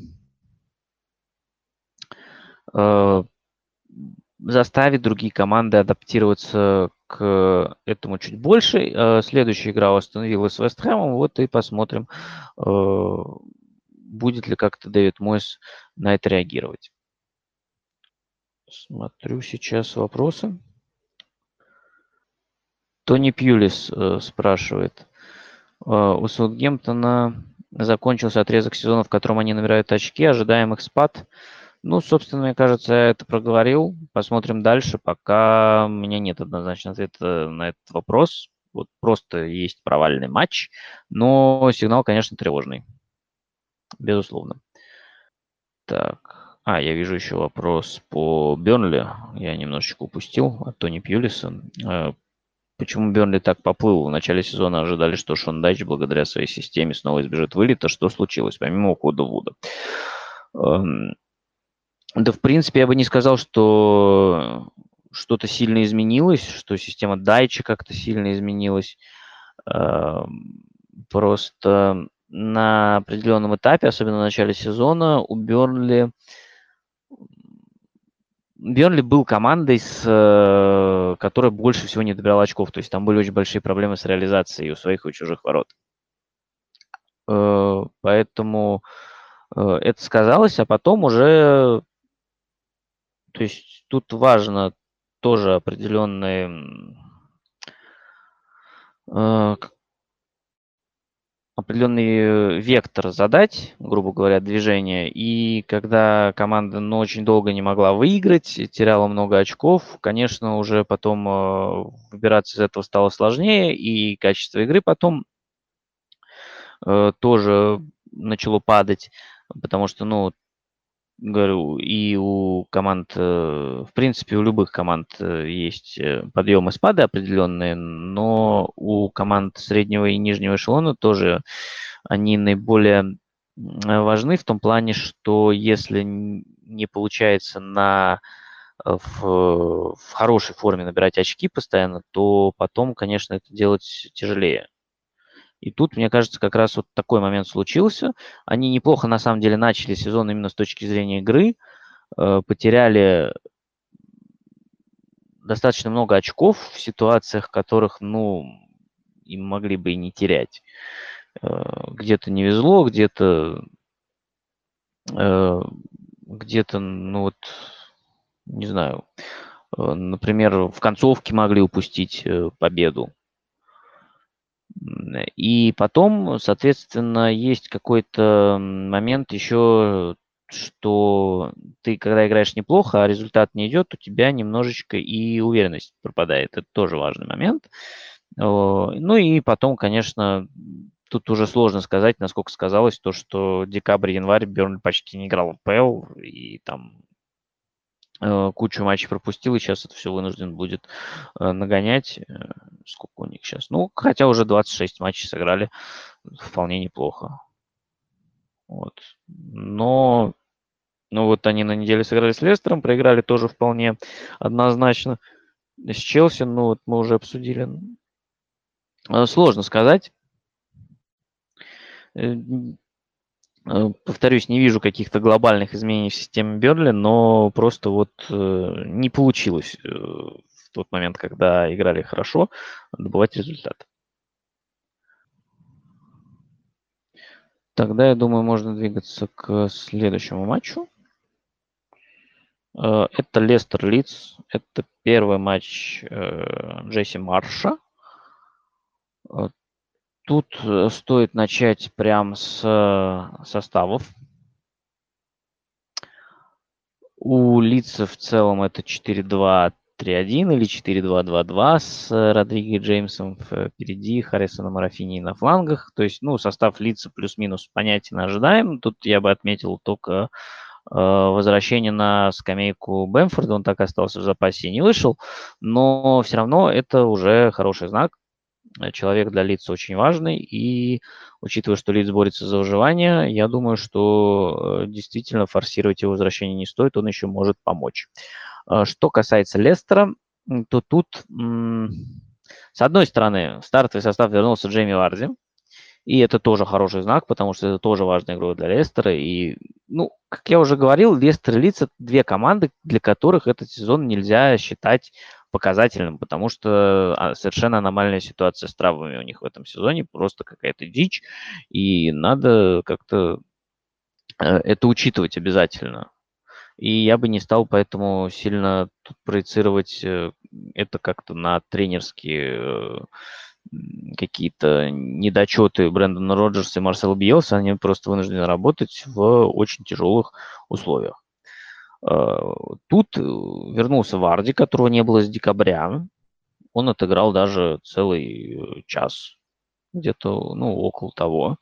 заставит другие команды адаптироваться к этому чуть больше. Следующая игра у Астон Виллы с Вест Хэмом, вот и посмотрим, будет ли как-то Дэвид Мойс на это реагировать. Смотрю сейчас вопросы. Тони Пьюлис спрашивает. У Саутгемптона закончился отрезок сезона, в котором они набирают очки, ожидаем их спад. Ну, собственно, мне кажется, я это проговорил. Посмотрим дальше. Пока у меня нет однозначного ответа на этот вопрос. Вот просто есть провальный матч, но сигнал, конечно, тревожный, безусловно. Так, я вижу еще вопрос по Бернли. Я немножечко упустил от Тони Пьюлиса. Почему Бернли так поплыл? В начале сезона ожидали, что Шон Дайч благодаря своей системе снова избежит вылета. Что случилось, помимо ухода Вуда? Да, в принципе, я бы не сказал, что что-то сильно изменилось, что система Дайча как-то сильно изменилась. Просто на определенном этапе, особенно в начале сезона, у Бернли был командой, которая больше всего не добирала очков. То есть там были очень большие проблемы с реализацией у своих и у чужих ворот. Поэтому это сказалось, а потом уже... То есть тут важно тоже определенный вектор задать, грубо говоря, движения. И когда команда, очень долго не могла выиграть, теряла много очков, конечно, уже потом выбираться из этого стало сложнее, и качество игры потом тоже начало падать, потому что, говорю, и у команд, в принципе, у любых команд есть подъемы и спады определенные, но у команд среднего и нижнего эшелона тоже они наиболее важны в том плане, что если не получается в хорошей форме набирать очки постоянно, то потом, конечно, это делать тяжелее. И тут, мне кажется, как раз вот такой момент случился. Они неплохо, на самом деле, начали сезон именно с точки зрения игры, потеряли достаточно много очков в ситуациях, в которых, им могли бы и не терять. Где-то не везло, где-то, не знаю, например, в концовке могли упустить победу. И потом, соответственно, есть какой-то момент еще, что ты, когда играешь неплохо, а результат не идет, у тебя немножечко и уверенность пропадает. Это тоже важный момент. Ну и потом, конечно, тут уже сложно сказать, насколько сказалось то, что декабрь-январь Бернли почти не играл в ПЛ, и там кучу матчей пропустил, и сейчас это все вынужден будет нагонять. Сколько у них сейчас? Хотя уже 26 матчей сыграли, вполне неплохо. Вот. Но, вот они на неделе сыграли с Лестером, проиграли тоже вполне однозначно. С Челси, вот мы уже обсудили. Сложно сказать. Повторюсь, не вижу каких-то глобальных изменений в системе Бернли, но просто не получилось в тот момент, когда играли хорошо, добывать результат. Тогда, я думаю, можно двигаться к следующему матчу. Это Лестер-Лидс. Это первый матч Джесси Марша. Тут стоит начать прямо с составов. У Лидса в целом это 4-2-3-1 или 4-2-2-2 с Родриго Джеймсом впереди, Харрисоном Рафини на флангах. То есть, состав Лидса плюс-минус понятен, ожидаем. Тут я бы отметил только возвращение на скамейку Бэмфорда. Он так и остался в запасе и не вышел. Но все равно это уже хороший знак. Человек для Лидса очень важный, и учитывая, что Лидс борется за выживание, я думаю, что действительно форсировать его возвращение не стоит, он еще может помочь. Что касается Лестера, то тут, с одной стороны, в стартовый состав вернулся Джейми Варди, и это тоже хороший знак, потому что это тоже важная игра для Лестера. И, как я уже говорил, Лестер и Лидс – это две команды, для которых этот сезон нельзя считать показательным, потому что совершенно аномальная ситуация с травмами у них в этом сезоне, просто какая-то дичь, и надо как-то это учитывать обязательно. И я бы не стал поэтому сильно тут проецировать это как-то на тренерские какие-то недочеты Брэндона Роджерса и Марсела Биелса, они просто вынуждены работать в очень тяжелых условиях. Тут вернулся Варди, которого не было с декабря. Он отыграл даже целый час, где-то, ну, около того.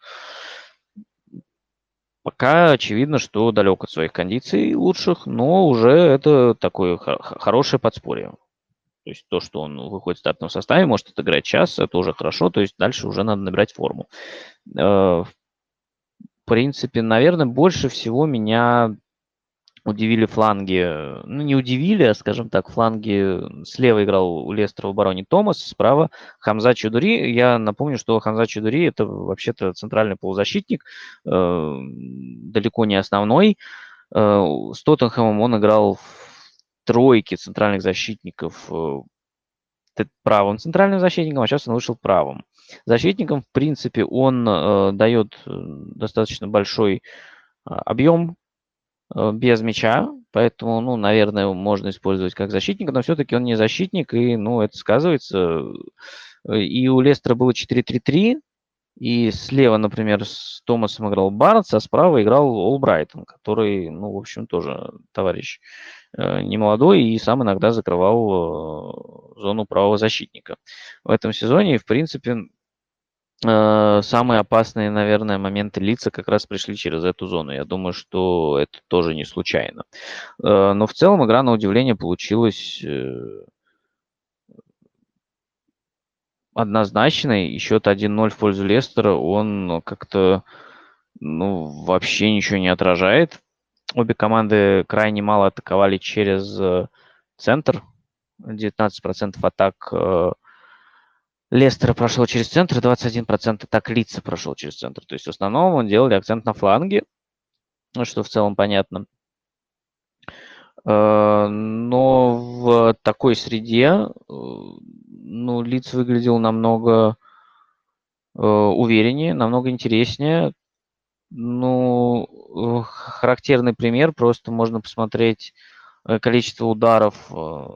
Пока очевидно, что далек от своих кондиций лучших, но уже это такое хорошее подспорье. То есть то, что он выходит в стартовом составе, может отыграть час, это уже хорошо, то есть дальше уже надо набирать форму. В принципе, наверное, больше всего меня удивили фланги, ну, не удивили, а, скажем так, фланги. Слева играл у Лестера в обороне Томас, справа Хамза Чудури. Я напомню, что Хамза Чудури – это вообще-то центральный полузащитник, далеко не основной. С Тоттенхэмом он играл в тройке центральных защитников, правым центральным защитником, а сейчас он вышел правым защитником. В принципе, он дает достаточно большой объем без мяча, поэтому, ну, наверное, можно использовать как защитника, но все-таки он не защитник, и, ну, это сказывается. И у Лестера было 4-3-3, и слева, например, с Томасом играл Барнс, а справа играл Олбрайтон, который, ну, в общем, тоже товарищ не молодой и сам иногда закрывал зону правого защитника. В этом сезоне, в принципе, самые опасные, наверное, моменты лица как раз пришли через эту зону. Я думаю, что это тоже не случайно. Но в целом игра, на удивление, получилась однозначной. И счет 1-0 в пользу Лестера, он как-то, ну, вообще ничего не отражает. Обе команды крайне мало атаковали через центр. 19% атак Лестера прошел через центр, 21% атак Лидса прошел через центр. То есть в основном он делали акцент на фланге, что в целом понятно. Но в такой среде, ну, Лидс выглядел намного увереннее, намного интереснее. Ну, характерный пример, просто можно посмотреть количество ударов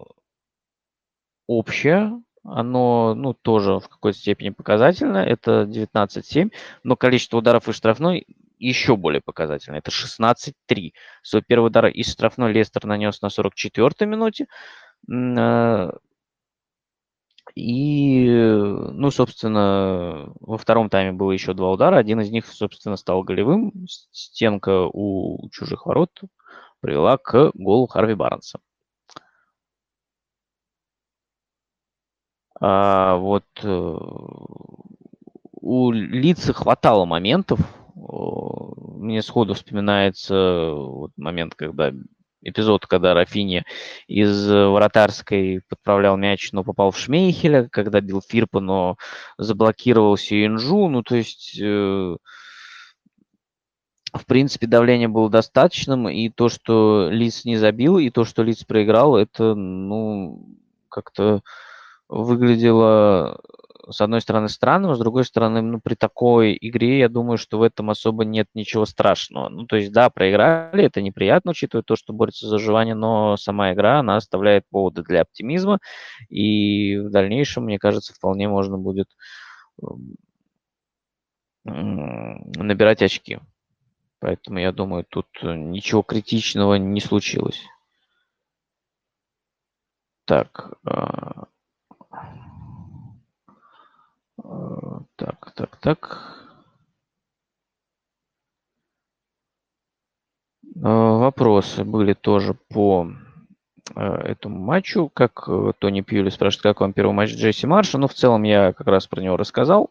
общее, оно, ну, тоже в какой-то степени показательно, это 19-7, но количество ударов из штрафной еще более показательно, это 16-3. Свой первый удар из штрафной Лестер нанес на 44-й минуте, и, ну, собственно, во втором тайме было еще два удара. Один из них, собственно, стал голевым. Стенка у чужих ворот привела к голу Харви Барнса. Вот у Лидса хватало моментов. Мне сходу вспоминается вот момент, эпизод, когда Рафинья из вратарской подправлял мяч, но попал в Шмейхеля, когда бил Фирпа, но заблокировал Сиенжу. Ну, то есть, в принципе, давление было достаточным, и то, что Лидс не забил, и то, что Лидс проиграл, это, ну, как-то выглядело, с одной стороны, странным, с другой стороны, ну, при такой игре, я думаю, что в этом особо нет ничего страшного. Ну, то есть, да, проиграли, это неприятно, учитывая то, что борется за выживание, но сама игра, она оставляет поводы для оптимизма, и в дальнейшем, мне кажется, вполне можно будет набирать очки. Поэтому, я думаю, тут ничего критичного не случилось. Так, так. Вопросы были тоже по этому матчу. Как Тони Пьюли спрашивает, как вам первый матч Джесси Марша? Ну, в целом, я как раз про него рассказал.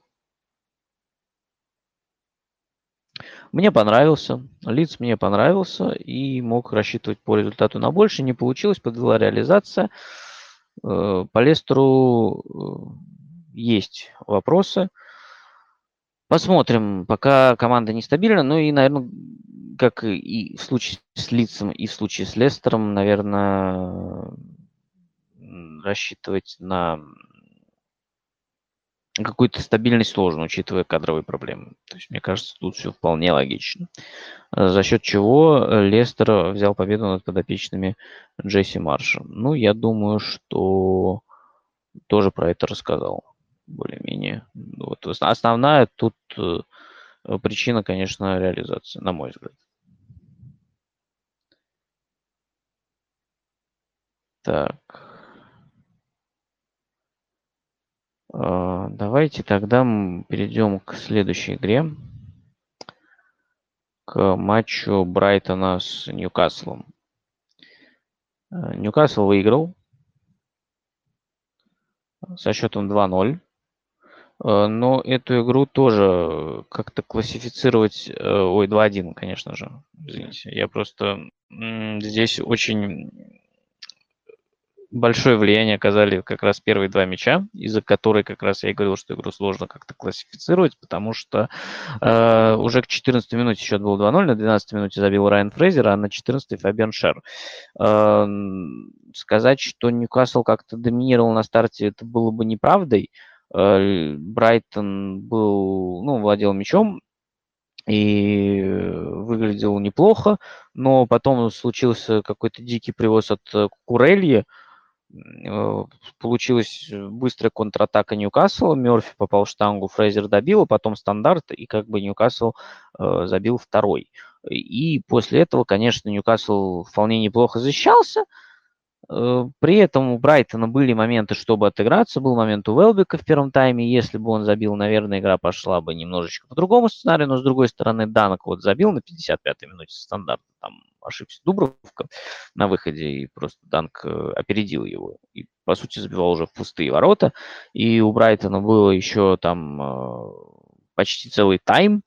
Мне понравился. Лидс мне понравился. И мог рассчитывать по результату на больше. Не получилось, подвела реализация. По Лестеру есть вопросы. Посмотрим, пока команда нестабильна. Ну и, наверное, как и в случае с Лидсом, и в случае с Лестером, наверное, рассчитывать на какую-то стабильность сложно, учитывая кадровые проблемы. То есть, мне кажется, тут все вполне логично. За счет чего Лестер взял победу над подопечными Джесси Марша. Ну, я думаю, что тоже про это рассказал. более-менее. Вот. Основная тут причина, конечно, реализации, на мой взгляд. Так. Давайте тогда перейдем к следующей игре. К матчу Брайтона с Ньюкаслом. Ньюкасл выиграл со счетом 2-0. Но эту игру тоже как-то классифицировать... Ой, 2-1, конечно же. Извините. Я просто... Здесь очень большое влияние оказали как раз первые два мяча, из-за которой как раз я и говорил, что игру сложно как-то классифицировать, потому что уже к 14 минуте счет был 2-0, на 12 минуте забил Райан Фрейзер, а на 14 Фабиан Шер. Сказать, что Ньюкасл как-то доминировал на старте, это было бы неправдой. Брайтон был, владел мячом и выглядел неплохо, но потом случился какой-то дикий привоз от Курельи. Получилась быстрая контратака Ньюкасла. Мёрфи попал в штангу, Фрейзер добил, а потом стандарт, и как бы Ньюкасл забил второй. И после этого, конечно, Ньюкасл вполне неплохо защищался. При этом у Брайтона были моменты, чтобы отыграться. Был момент у Велбека в первом тайме. Если бы он забил, наверное, игра пошла бы немножечко по другому сценарию. Но, с другой стороны, Данок вот забил на 55-й минуте стандарта. Там ошибся Дубровка на выходе, и просто Данк опередил его. И, по сути, забивал уже в пустые ворота. И у Брайтона было еще там почти целый тайм.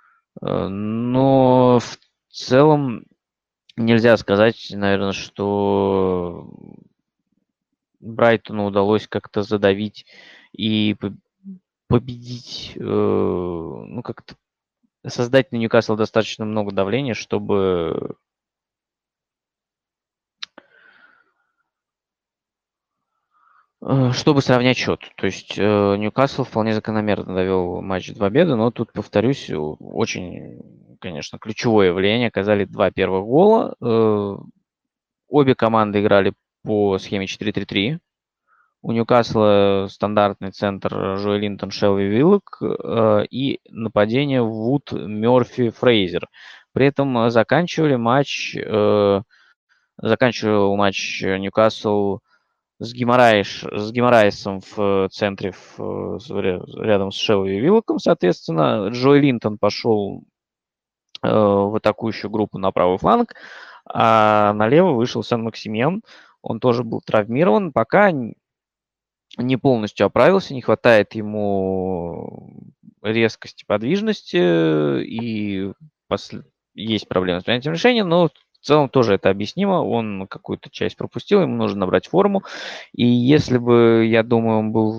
Но в целом нельзя сказать, наверное, что Брайтону удалось как-то задавить и победить, как-то создать на Ньюкасл достаточно много давления, чтобы сравнять счет. То есть Ньюкасл вполне закономерно довел матч до победы, но тут, повторюсь, очень, конечно, ключевое влияние оказали два первых гола. Обе команды играли по схеме 4-3-3. У Ньюкасла стандартный центр Жоэлинтон, Шелви, Виллок и нападение Вуд, Мёрфи, Фрейзер. При этом заканчивал матч Ньюкасл с Гимараесом в центре рядом с Шелви и Виллоком, соответственно. Жоэлинтон пошел в атакующую группу на правый фланг, а налево вышел Сен-Максимьян. Он тоже был травмирован. Пока не полностью оправился, не хватает ему резкости, подвижности, и есть проблемы с принятием решения, но в целом тоже это объяснимо. Он какую-то часть пропустил, ему нужно набрать форму. И если бы, я думаю, он был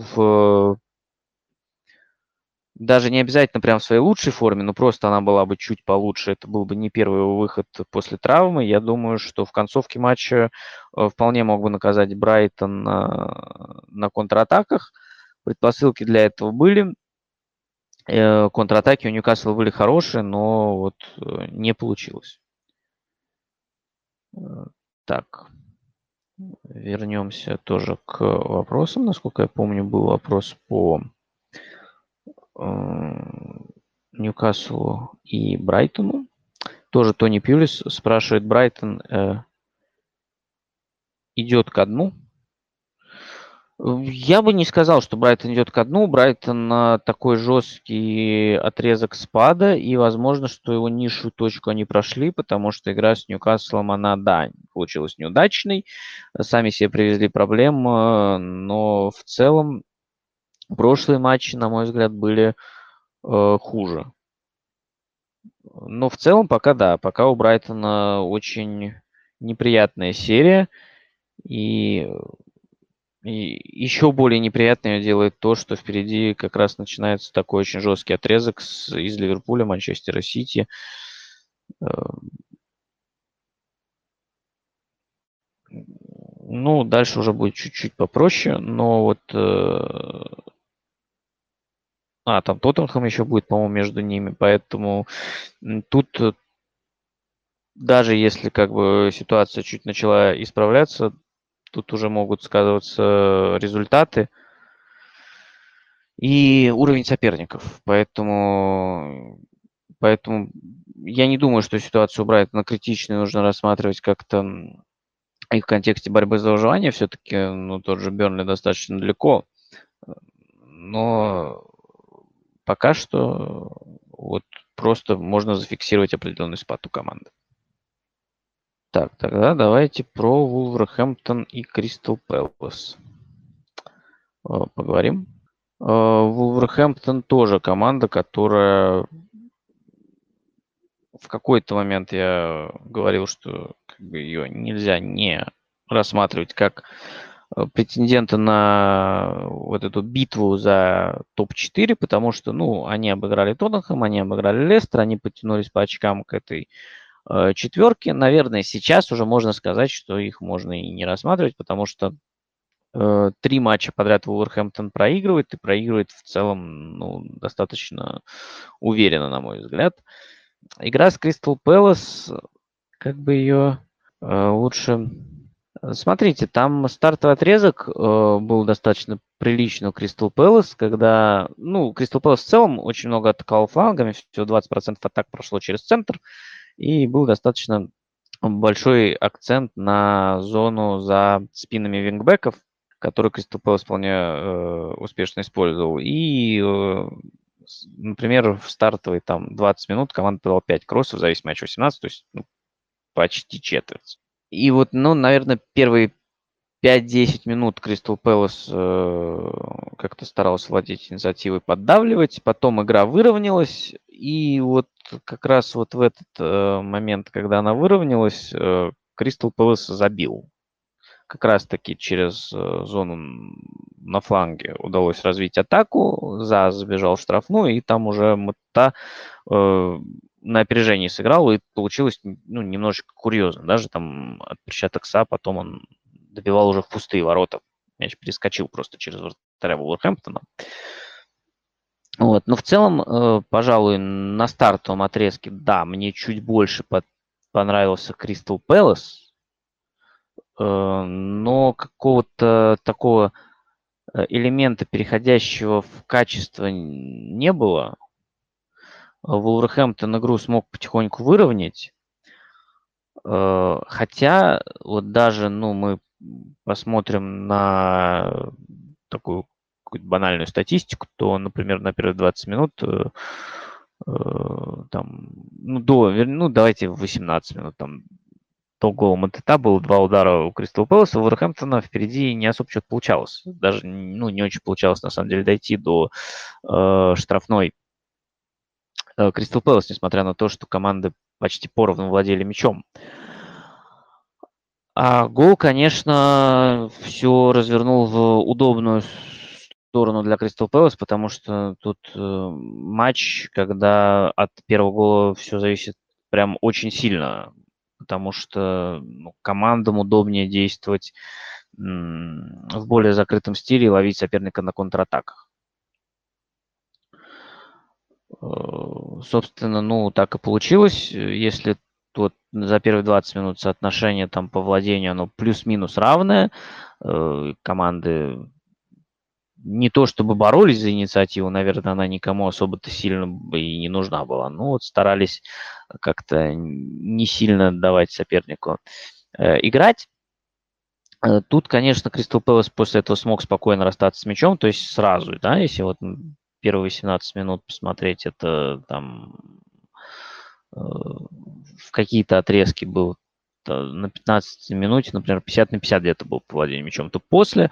даже не обязательно прям в своей лучшей форме, но просто она была бы чуть получше. Это был бы не первый его выход после травмы. Я думаю, что в концовке матча вполне мог бы наказать Брайтон на контратаках. Предпосылки для этого были. Контратаки у Ньюкасла были хорошие, но вот не получилось. Так, вернемся тоже к вопросам. Насколько я помню, был вопрос по Ньюкаслу и Брайтону. Тоже Тони Пьюлис спрашивает, Брайтон идет ко дну? Я бы не сказал, что Брайтон идет ко дну. Брайтон на такой жесткий отрезок спада, и возможно, что его низшую точку они прошли, потому что игра с Ньюкаслом, она, да, получилась неудачной. Сами себе привезли проблем, но в целом прошлые матчи, на мой взгляд, были хуже. Но в целом пока да, пока у Брайтона очень неприятная серия, и еще более неприятным её делает то, что впереди как раз начинается такой очень жесткий отрезок из Ливерпуля, Манчестера Сити. Дальше уже будет чуть-чуть попроще, но вот... там Тоттенхэм еще будет, по-моему, между ними, поэтому тут даже если как бы ситуация чуть начала исправляться, тут уже могут сказываться результаты. и уровень соперников. Поэтому я не думаю, что ситуацию Брайтона критичной нужно рассматривать как-то и в контексте борьбы за выживание. Все-таки, ну, тот же Бернли достаточно далеко. Но пока что вот просто можно зафиксировать определенный спад у команды. Так, тогда давайте про Вулверхэмптон и Кристал Пэлас поговорим. Вулверхэмптон тоже команда, которая в какой-то момент я говорил, что как бы ее нельзя не рассматривать как претендента на вот эту битву за топ-4, потому что, ну, они обыграли Тоттенхэм, они обыграли Лестер, они подтянулись по очкам к этой четверке. Наверное, сейчас уже можно сказать, что их можно и не рассматривать, потому что 3 матча подряд Вулверхэмптон проигрывает, и проигрывает в целом, ну, достаточно уверенно, на мой взгляд. Игра с Кристал Пэлас, как бы ее лучше... Смотрите, там стартовый отрезок был достаточно приличный у Кристал Пэлас, когда, ну, Кристал Пэлас в целом очень много атаковал флангами, всего 20% атак прошло через центр, и был достаточно большой акцент на зону за спинами вингбеков, которую Кристал Пэлас вполне успешно использовал. И, например, в стартовые там 20 минут команда подала 5 кроссов за весь матч 18, то есть ну, почти четверть. И вот, ну, наверное, первые 5-10 минут Кристал Пэлас как-то старался владеть инициативой, поддавливать. Потом игра выровнялась. И вот как раз вот в этот момент, когда она выровнялась, Кристал Пэлас забил. Как раз-таки через зону на фланге удалось развить атаку. Забежал в штрафную, и там уже Мата на опережении сыграл, и получилось ну, немножечко курьезно. Даже там от перчаток СА потом он добивал уже в пустые ворота. Мяч перескочил просто через вратаря Вулверхэмптона. Вот. Но в целом, пожалуй, на стартовом отрезке, да, мне чуть больше понравился Кристал Пэлас, но какого-то такого элемента, переходящего в качество, не было. Вулверхэмптон игру смог потихоньку выровнять. Хотя вот даже, ну, мы посмотрим на такую какую-то банальную статистику, то, например, на первые 20 минут там, ну, давайте 18 минут, там, до гола Матета было 2 удара у Кристал Пэласа, у Вулверхэмптона впереди не особо что-то получалось. Даже, ну, не очень получалось, на самом деле, дойти до штрафной Кристал Пэлас, несмотря на то, что команды почти поровну владели мячом. А гол, конечно, все развернул в удобную сторону для Кристал Пэлас, потому что тут матч, когда от первого гола все зависит прям очень сильно, потому что ну, командам удобнее действовать в более закрытом стиле и ловить соперника на контратаках. Собственно, ну, так и получилось. Если вот за первые 20 минут соотношение там по владению, оно плюс-минус равное, команды не то чтобы боролись за инициативу, наверное, она никому особо-то сильно бы и не нужна была. Ну, вот старались как-то не сильно давать сопернику играть. Тут, конечно, Кристал Пэлас после этого смог спокойно расстаться с мячом, то есть сразу, да, если вот первые 18 минут посмотреть, это там в какие-то отрезки был на 15 минуте, например, 50 на 50 где-то был по владению мячом, то после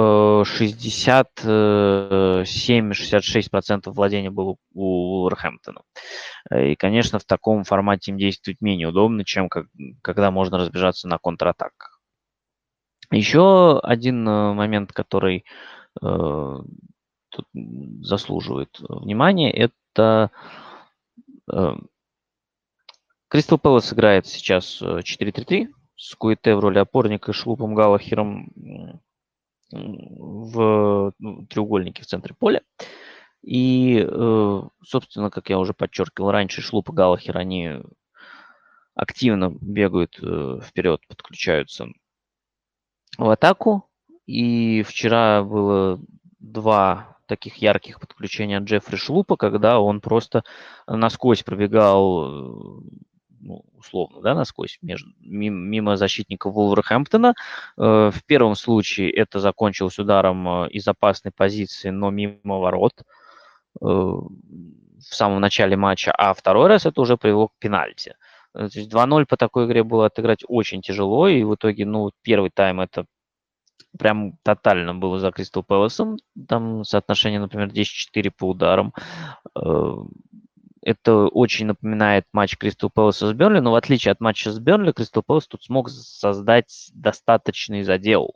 67-66% владения было у Вулверхэмптона. И, конечно, в таком формате им действовать менее удобно, чем когда можно разбежаться на контратаках. Еще один момент, который тут заслуживает внимания, это Кристал Пэлас играет сейчас 4-3-3 с Куэте в роли опорника и Шлупом Галлахером в треугольнике в центре поля. И, собственно, как я уже подчеркивал раньше, Шлуп и Галлахер, они активно бегают вперед, подключаются в атаку. И вчера было 2 таких ярких подключений от Джеффри Шлупа, когда он просто насквозь пробегал, ну, условно, да, насквозь, мимо защитников Вулверхэмптона. В первом случае это закончилось ударом из опасной позиции, но мимо ворот в самом начале матча, а второй раз это уже привело к пенальти. То есть 2-0 по такой игре было отыграть очень тяжело, и в итоге, ну, первый тайм это прям тотально было за Кристал Пэласом. Там соотношение, например, 10-4 по ударам. Это очень напоминает матч Кристал Пэласа с Бернли, но в отличие от матча с Бернли, Кристал Пэлас тут смог создать достаточный задел.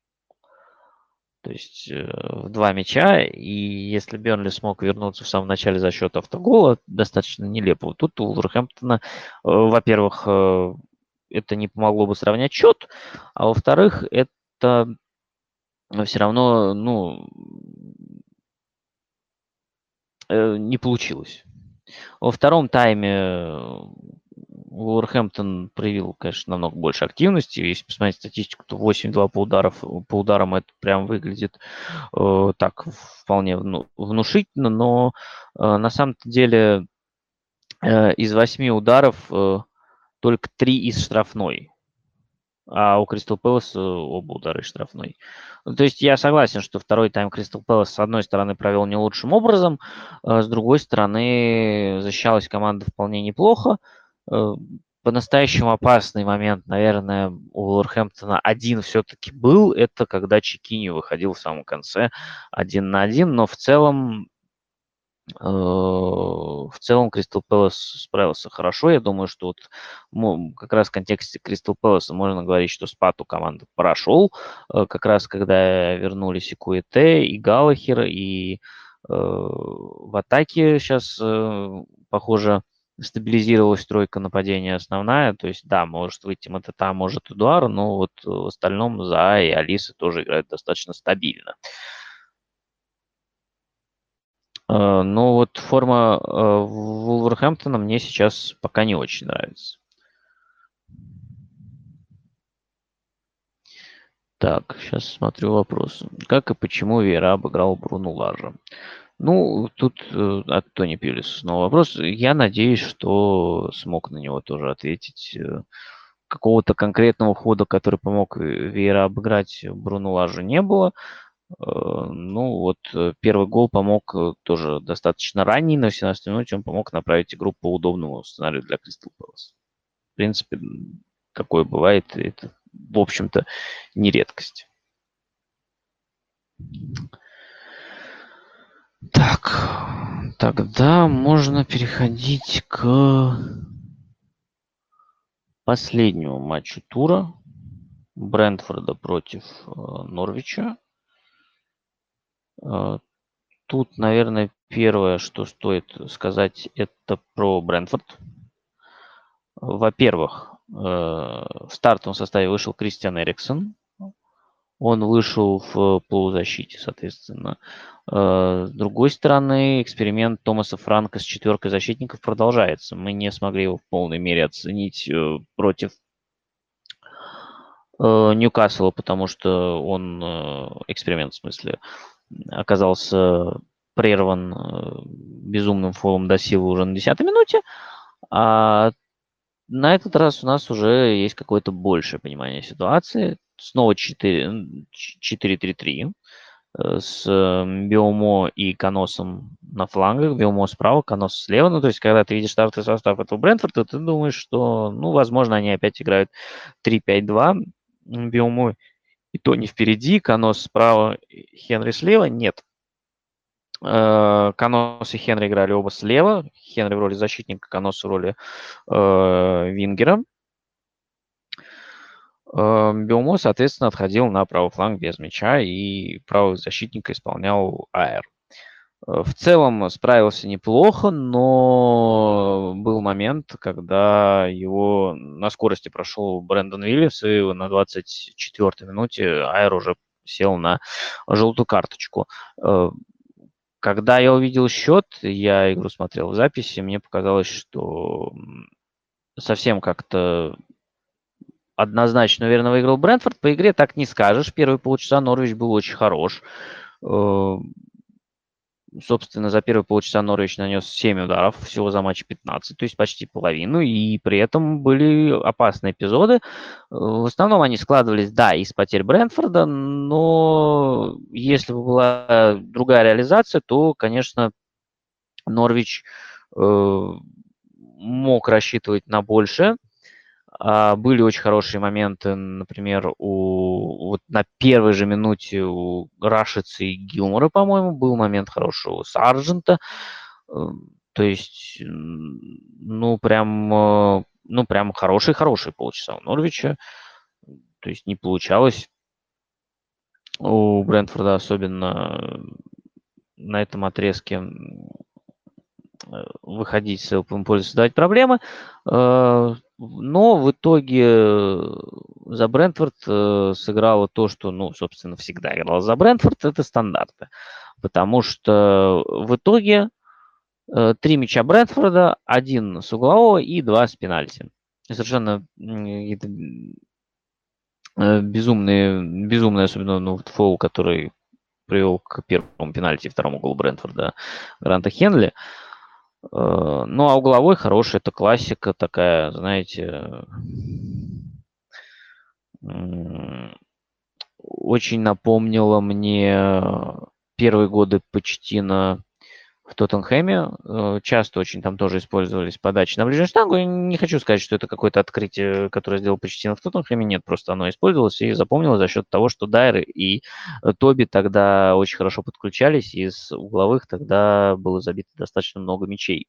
То есть в 2 мяча, и если Бернли смог вернуться в самом начале за счет автогола, достаточно нелепого, тут у Вулверхэмптона, во-первых, это не помогло бы сравнять счет, а во-вторых, это все равно, ну, не получилось. Во втором тайме Вулверхэмптон проявил, конечно, намного больше активности. Если посмотреть статистику, то 8-2 по ударам это прям выглядит так вполне внушительно, но на самом-то деле из 8 ударов только 3 из штрафной. А у Кристал Пэласа оба удара из штрафной. То есть я согласен, что второй тайм Кристал Пэлас с одной стороны провел не лучшим образом, с другой стороны защищалась команда вполне неплохо. По-настоящему опасный момент, наверное, у Вулверхэмптона один все-таки был. Это когда Чикини выходил в самом конце 1 на 1, но в целом Кристал Пэлас справился хорошо. Я думаю, что вот как раз в контексте Кристал Пэласа можно говорить, что спад у команды прошел. Как раз когда вернулись и Куэте, и Галлахер, и в атаке сейчас, похоже, стабилизировалась тройка нападения основная. То есть, да, может выйти Матета, может Эдуар, но вот в остальном Заа и Алиса тоже играют достаточно стабильно. Ну вот форма Вулверхэмптона мне сейчас пока не очень нравится. Так, сейчас смотрю вопрос. Как и почему Вейра обыграл Бруно Лажа? Ну, тут от Тони Пьюлиса снова вопрос. Я надеюсь, что смог на него тоже ответить. Какого-то конкретного хода, который помог Вейра обыграть Бруно Лажа, не было. Ну, вот первый гол помог тоже достаточно ранний, на 17 минуте он помог направить игру по удобному сценарию для Кристал Пэлас. В принципе, такое бывает, и это, в общем-то, не редкость. Так, тогда можно переходить к последнему матчу тура. Брентфорда против Норвича. Тут, наверное, первое, что стоит сказать, это про Брентфорд. Во-первых, в стартовом составе вышел Кристиан Эриксон. Он вышел в полузащите, соответственно. С другой стороны, эксперимент Томаса Франка с четверкой защитников продолжается. Мы не смогли его в полной мере оценить против Ньюкасла, потому что он, эксперимент в смысле, оказался прерван безумным фолом до силы уже на 10-й минуте. А на этот раз у нас уже есть какое-то большее понимание ситуации. Снова 4-3-3 с Биомо и Каносом на флангах. Биомо справа, Канос слева. Ну, то есть, когда ты видишь стартовый состав этого Брентфорда, ты думаешь, что, ну, возможно, они опять играют 3-5-2. Биомо и Тони впереди, Канос справа, Хенри слева. Нет. Канос и Хенри играли оба слева. Хенри в роли защитника, Канос в роли вингера. Биомо, соответственно, отходил на правый фланг без мяча, и правого защитника исполнял Аэр. В целом справился неплохо, но был момент, когда его на скорости прошел Брэндон Вильямс, и на 24-й минуте Аэр уже сел на желтую карточку. Когда я увидел счет, я игру смотрел в записи, мне показалось, что совсем как-то однозначно, уверенно выиграл Брентфорд. По игре так не скажешь. Первые полчаса Норвич был очень хорош. Собственно, за первые полчаса Норвич нанес 7 ударов, всего за матч 15, то есть почти половину, и при этом были опасные эпизоды. В основном они складывались, да, из потерь Брентфорда, но если бы была другая реализация, то, конечно, Норвич мог рассчитывать на большее. Были очень хорошие моменты, например, вот на первой же минуте у Рашица и Гилмора, по-моему, был момент хороший у Сарджента. То есть, ну, прям хороший-хороший полчаса у Норвича. То есть не получалось у Брентфорда, особенно на этом отрезке, выходить с open поля, создавать проблемы. Но в итоге за Брентфорд сыграло то, что, ну, собственно, всегда играло за Брентфорд, это стандарты. Потому что в итоге 3 мяча Брентфорда, 1 с углового и 2 с пенальти. Совершенно безумные, особенно фол, который привел к первому пенальти и второму голу Брентфорда Гранта Хенли. Ну, а угловой хороший, это классика такая, знаете, очень напомнила мне первые годы Почтина в Тоттенхэме. Часто очень там тоже использовались подачи на ближнюю штангу. Я не хочу сказать, что это какое-то открытие, которое сделал Почтина в Тоттенхэме. Нет, просто оно использовалось и запомнилось за счет того, что Дайер и Тоби тогда очень хорошо подключались, и из угловых тогда было забито достаточно много мячей.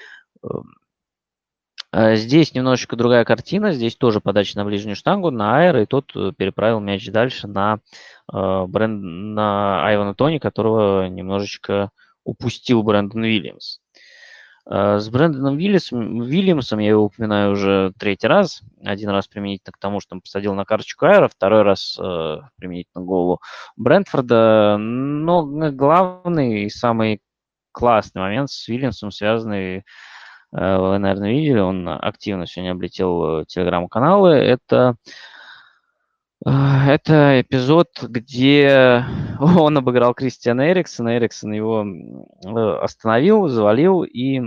Здесь немножечко другая картина. Здесь тоже подача на ближнюю штангу, на Айра, и тот переправил мяч дальше на Айвана Тони, которого немножечко упустил Брэндон Уильямс. С Брэндоном Уильямсом я его упоминаю уже третий раз. Один раз применительно к тому, что он посадил на карточку Айра, второй раз применительно к голу Брентфорда. Но главный и самый классный момент с Уильямсом связанный, вы, наверное, видели, он активно сегодня облетел телеграм-каналы. Это эпизод, где он обыграл Кристиана Эриксона. Эриксон его остановил, завалил. И,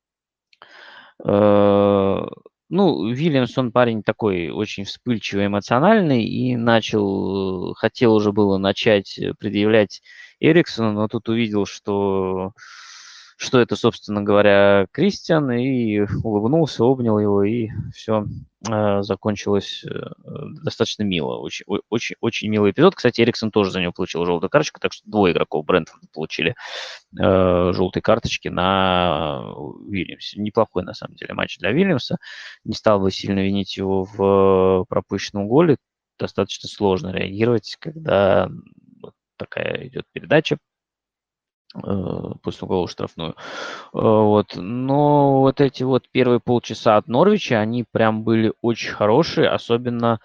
ну, Вильямсон парень такой очень вспыльчивый, эмоциональный. И хотел уже было начать предъявлять Эриксону, но тут увидел, что это, собственно говоря, Кристиан, и улыбнулся, обнял его, и все закончилось достаточно мило. Очень, очень, очень милый эпизод. Кстати, Эриксон тоже за него получил желтую карточку, так что двое игроков Брентфорда получили желтые карточки на Уильямсе. Неплохой, на самом деле, матч для Уильямса. Не стал бы сильно винить его в пропущенном голе. Достаточно сложно реагировать, когда вот такая идет передача после гола в штрафную. Вот. Но вот эти вот первые полчаса от Норвича, они прям были очень хорошие, особенно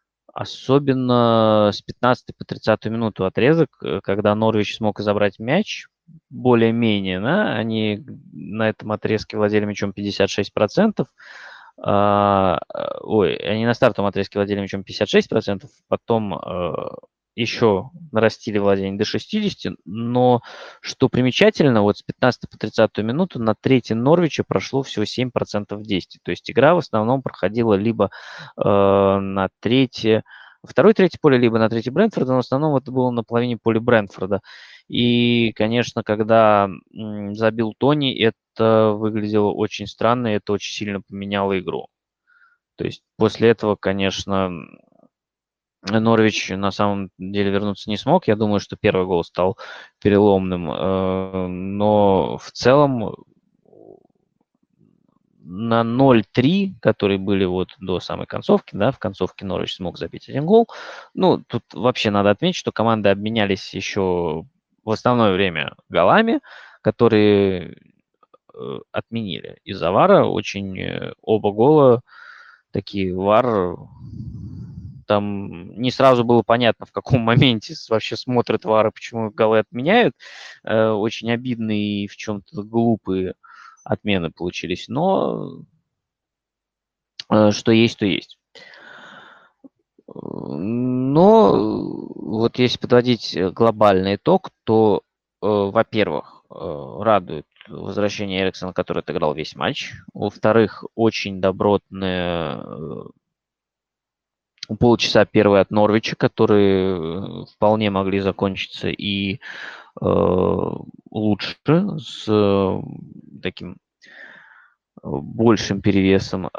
с 15 по 30 минуту отрезок, когда Норвич смог забрать мяч, более-менее, да, они на этом отрезке владели мячом 56%, они на стартовом отрезке владели мячом 56%, потом еще нарастили владение до 60, но что примечательно, вот с 15 по 30 минуту на третьей Норвича прошло всего 7% действий. То есть игра в основном проходила либо на второй третье поле, либо на третье Брентфорда, но в основном это было на половине поля Брентфорда. И, конечно, когда забил Тони, это выглядело очень странно, и это очень сильно поменяло игру. То есть после этого, конечно, Норвич на самом деле вернуться не смог. Я думаю, что первый гол стал переломным. Но в целом на 0-3, которые были вот до самой концовки, да, в концовке Норвич смог забить один гол. Ну, тут вообще надо отметить, что команды обменялись еще в основное время голами, которые отменили из-за ВАРа. Оба гола такие ВАР. Там не сразу было понятно, в каком моменте вообще смотрят ВАР и почему голы отменяют. Очень обидные и в чем-то глупые отмены получились. Но что есть, то есть. Но вот если подводить глобальный итог, то, во-первых, радует возвращение Эриксона, который отыграл весь матч. Во-вторых, очень добротные полчаса первые от Норвича, которые вполне могли закончиться и лучше, с таким большим перевесом.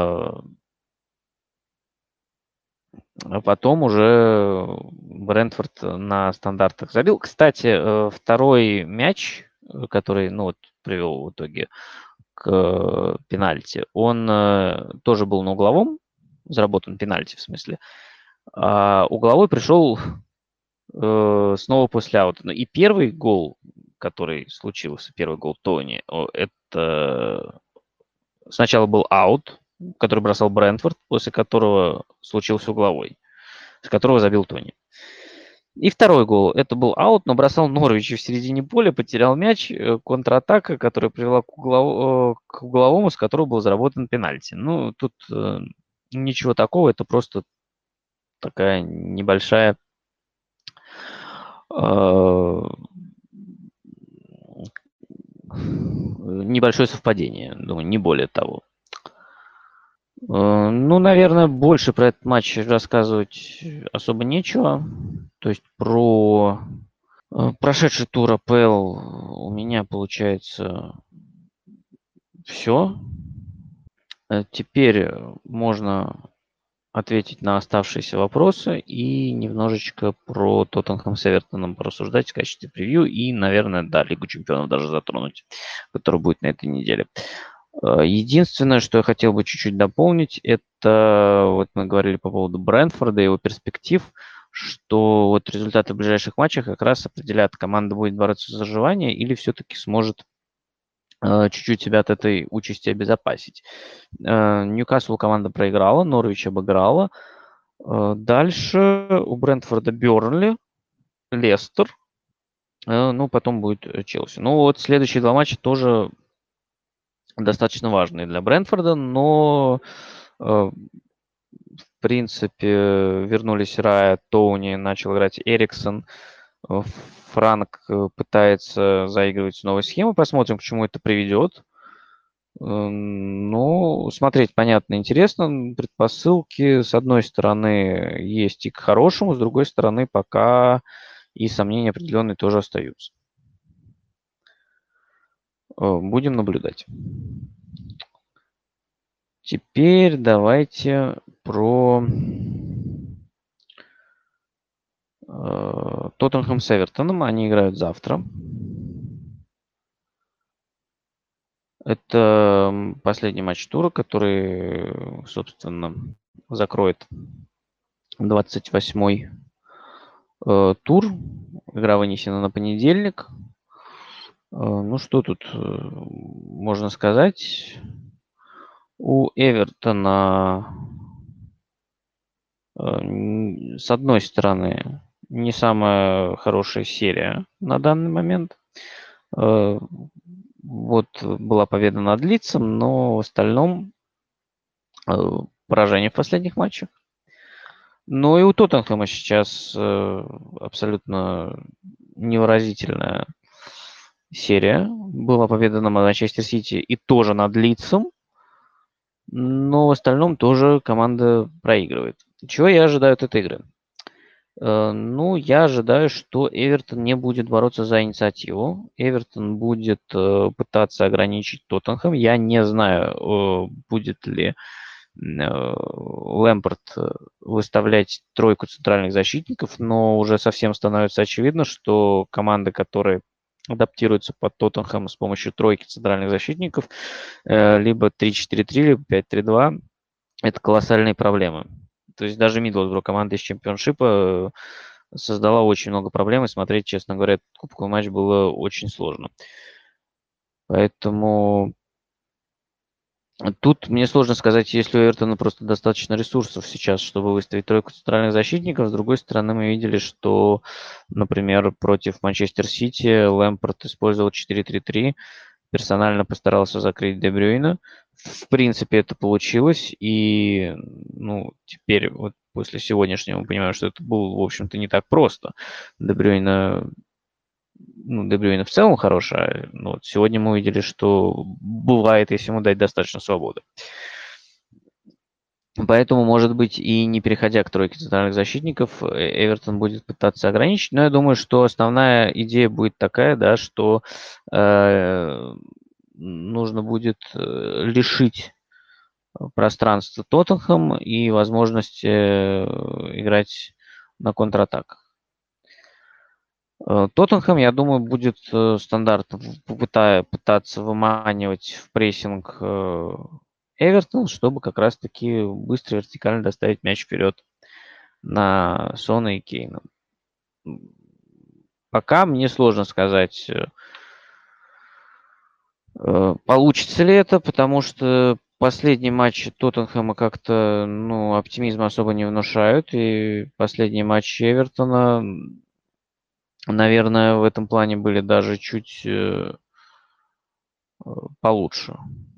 А потом уже Брентфорд на стандартах забил. Кстати, второй мяч, который, ну, вот, привел в итоге к пенальти, он тоже был на угловом, заработан пенальти в смысле. А угловой пришел снова после аута. Ну, и первый гол, который случился, первый гол Тони, это сначала был аут, который бросал Брентфорд, после которого случился угловой, с которого забил Тони. И второй гол. Это был аут, но бросал Норвич в середине поля, потерял мяч, контратака, которая привела к угловому, с которого был заработан пенальти. Ну, тут ничего такого, это просто такая небольшая небольшое совпадение, думаю, не более того. Ну, наверное, больше про этот матч рассказывать особо нечего. То есть про прошедший тур АПЛ у меня получается все. Теперь можно ответить на оставшиеся вопросы и немножечко про Тоттенхэм с Эвертоном порассуждать в качестве превью и, наверное, да, Лигу чемпионов даже затронуть, которая будет на этой неделе. Единственное, что я хотел бы чуть-чуть дополнить, это вот мы говорили по поводу Брентфорда и его перспектив, что вот результаты ближайших матчей как раз определят, команда будет бороться за выживание или все-таки сможет чуть-чуть себя от этой участи обезопасить. Ньюкасл команда проиграла, Норвич обыграла. Дальше у Брентфорда Бёрнли, Лестер, ну, потом будет Челси. Ну, вот следующие два матча тоже достаточно важные для Брентфорда, но, в принципе, вернулись Рая, Тоуни, начал играть Эриксон. Франк пытается заигрывать с новой схемой. Посмотрим, к чему это приведет. Ну, смотреть, понятно, интересно. Предпосылки, с одной стороны, есть и к хорошему, с другой стороны, пока и сомнения определенные тоже остаются. Будем наблюдать. Теперь давайте про Тоттенхэм с Эвертоном. Они играют завтра. Это последний матч тура, который, собственно, закроет 28-й тур. Игра вынесена на понедельник. Ну, что тут можно сказать? У Эвертона, с одной стороны, не самая хорошая серия на данный момент. Вот была победа над Лидсом, но в остальном поражение в последних матчах. Ну и у Тоттенхэма сейчас абсолютно невыразительная серия. Была победа на Манчестер Сити и тоже над Лидсом. Но в остальном тоже команда проигрывает. Чего я ожидаю от этой игры? Ну, я ожидаю, что Эвертон не будет бороться за инициативу. Эвертон будет пытаться ограничить Тоттенхэм. Я не знаю, будет ли Лэмпард выставлять тройку центральных защитников, но уже совсем становится очевидно, что команды, которые адаптируются под Тоттенхэм с помощью тройки центральных защитников, либо 3-4-3, либо 5-3-2, это колоссальные проблемы. То есть даже Мидлсбро, команда из чемпионшипа, создала очень много проблем, и смотреть, честно говоря, этот кубковый матч было очень сложно. Поэтому тут мне сложно сказать, есть ли у Эвертона просто достаточно ресурсов сейчас, чтобы выставить тройку центральных защитников. С другой стороны, мы видели, что, например, против Манчестер Сити Лэмпард использовал 4-3-3, персонально постарался закрыть Де Брюйна. В принципе, это получилось, и ну, теперь вот после сегодняшнего мы понимаем, что это было, в общем-то, не так просто. Де Брюйна ну, Де Брюйне в целом хороший, но вот сегодня мы увидели, что бывает, если ему дать достаточно свободы. Поэтому, может быть, и не переходя к тройке центральных защитников, Эвертон будет пытаться ограничить. Но я думаю, что основная идея будет такая, да, что нужно будет лишить пространства Тоттенхэм и возможности играть на контратаках. Тоттенхэм, я думаю, будет стандартно пытаться выманивать в прессинг Эвертон, чтобы как раз-таки быстро вертикально доставить мяч вперед на Сона и Кейна. Пока мне сложно сказать, получится ли это, потому что последние матчи Тоттенхэма как-то, ну, оптимизма особо не внушают, и последние матчи Эвертона, наверное, в этом плане были даже чуть получше.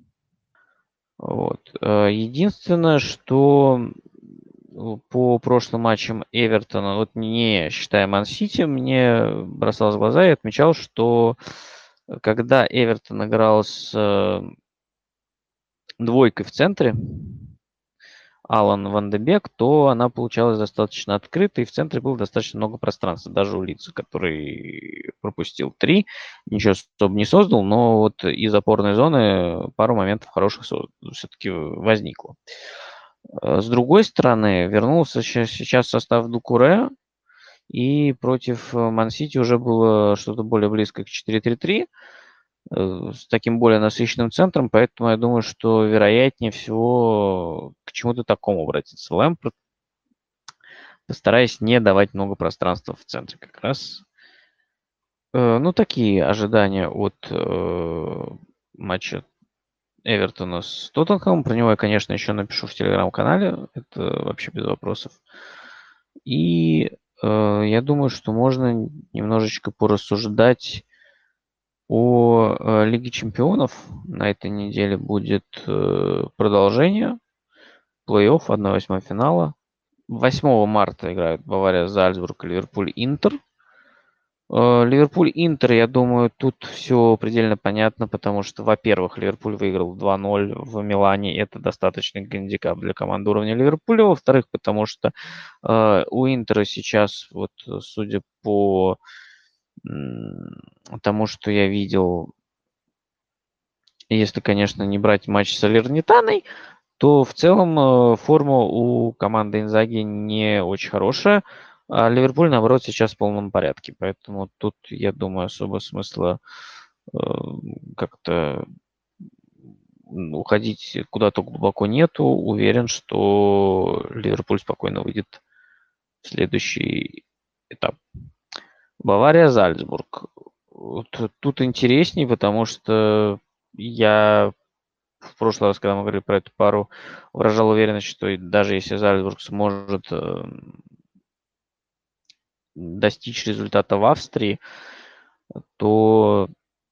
Вот. Единственное, что по прошлым матчам Эвертона, вот не считая Ман-Сити, мне бросалось в глаза и отмечал, что когда Эвертон играл с двойкой в центре, Алан Ван де Бек, то она получалась достаточно открытой, и в центре было достаточно много пространства. Даже у Лица, который пропустил 3, ничего особо не создал, но вот из опорной зоны пару моментов хороших все-таки возникло. С другой стороны, вернулся сейчас состав Дукуре, и против Ман-Сити уже было что-то более близкое к 4-3-3, с таким более насыщенным центром, поэтому я думаю, что вероятнее всего к чему-то такому обратиться Лэмпорт, постараясь не давать много пространства в центре как раз. Ну, такие ожидания от матча Эвертона с Тоттенхэмом. Про него я, конечно, еще напишу в телеграм-канале. Это вообще без вопросов. И я думаю, что можно немножечко порассуждать о Лиге чемпионов. На этой неделе будет продолжение. Плей-офф 1/8 финала. 8 марта играют Бавария, Зальцбург, Ливерпуль, Интер. Ливерпуль-Интер, я думаю, тут все предельно понятно, потому что, во-первых, Ливерпуль выиграл 2-0 в Милане, это достаточный гандикап для команды уровня Ливерпуля. Во-вторых, потому что у Интера сейчас, вот судя по тому, что я видел, если, конечно, не брать матч с Салернитаной, то в целом форма у команды Инзаги не очень хорошая. А Ливерпуль, наоборот, сейчас в полном порядке. Поэтому тут, я думаю, особо смысла как-то уходить куда-то глубоко нету. Уверен, что Ливерпуль спокойно выйдет в следующий этап. Бавария, Зальцбург. Вот тут интересней, потому что я в прошлый раз, когда мы говорили про эту пару, выражал уверенность, что даже если Зальцбург сможет достичь результата в Австрии, то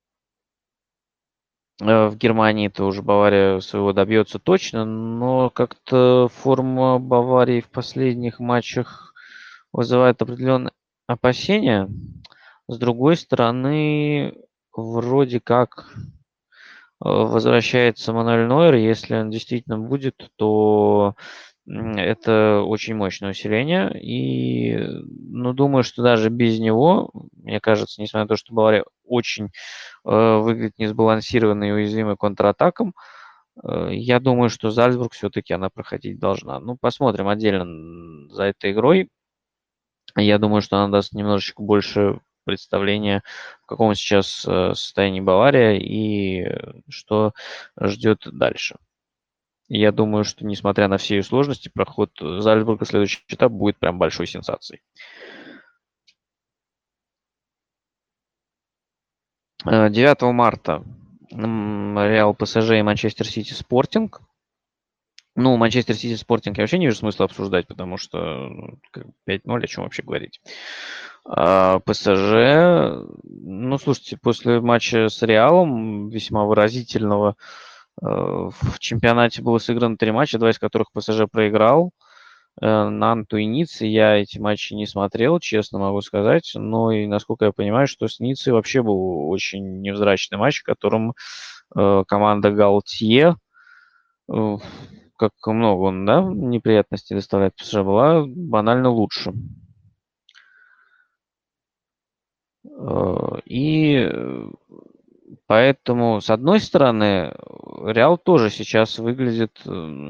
в Германии-то уже Бавария своего добьется точно, но как-то форма Баварии в последних матчах вызывает определенные опасения. С другой стороны, вроде как возвращается Мануэль Нойер. Если он действительно будет, то это очень мощное усиление. И, ну, думаю, что даже без него, мне кажется, несмотря на то, что Бавария очень выглядит несбалансированной и уязвимой контратакам, я думаю, что Зальцбург все-таки она проходить должна. Ну, посмотрим отдельно за этой игрой. Я думаю, что она даст немножечко больше представления, в каком сейчас состоянии Бавария и что ждет дальше. Я думаю, что, несмотря на все ее сложности, проход Зальцбурга в следующий этап будет прям большой сенсацией. 9 марта Реал ПСЖ и Манчестер Сити Спортинг. Ну, Манчестер Сити Спортинг я вообще не вижу смысла обсуждать, потому что 5-0, о чем вообще говорить. А ПСЖ, ну, слушайте, после матча с Реалом, весьма выразительного, в чемпионате было сыграно 3 матча, 2 из которых ПСЖ проиграл. Нанту и Ницце. Я эти матчи не смотрел, честно могу сказать. Но и насколько я понимаю, что с Ниццей вообще был очень невзрачный матч, в котором команда Галтье, э, как много он, да, неприятностей доставляет ПСЖ, была банально лучше. И поэтому, с одной стороны, Реал тоже сейчас выглядит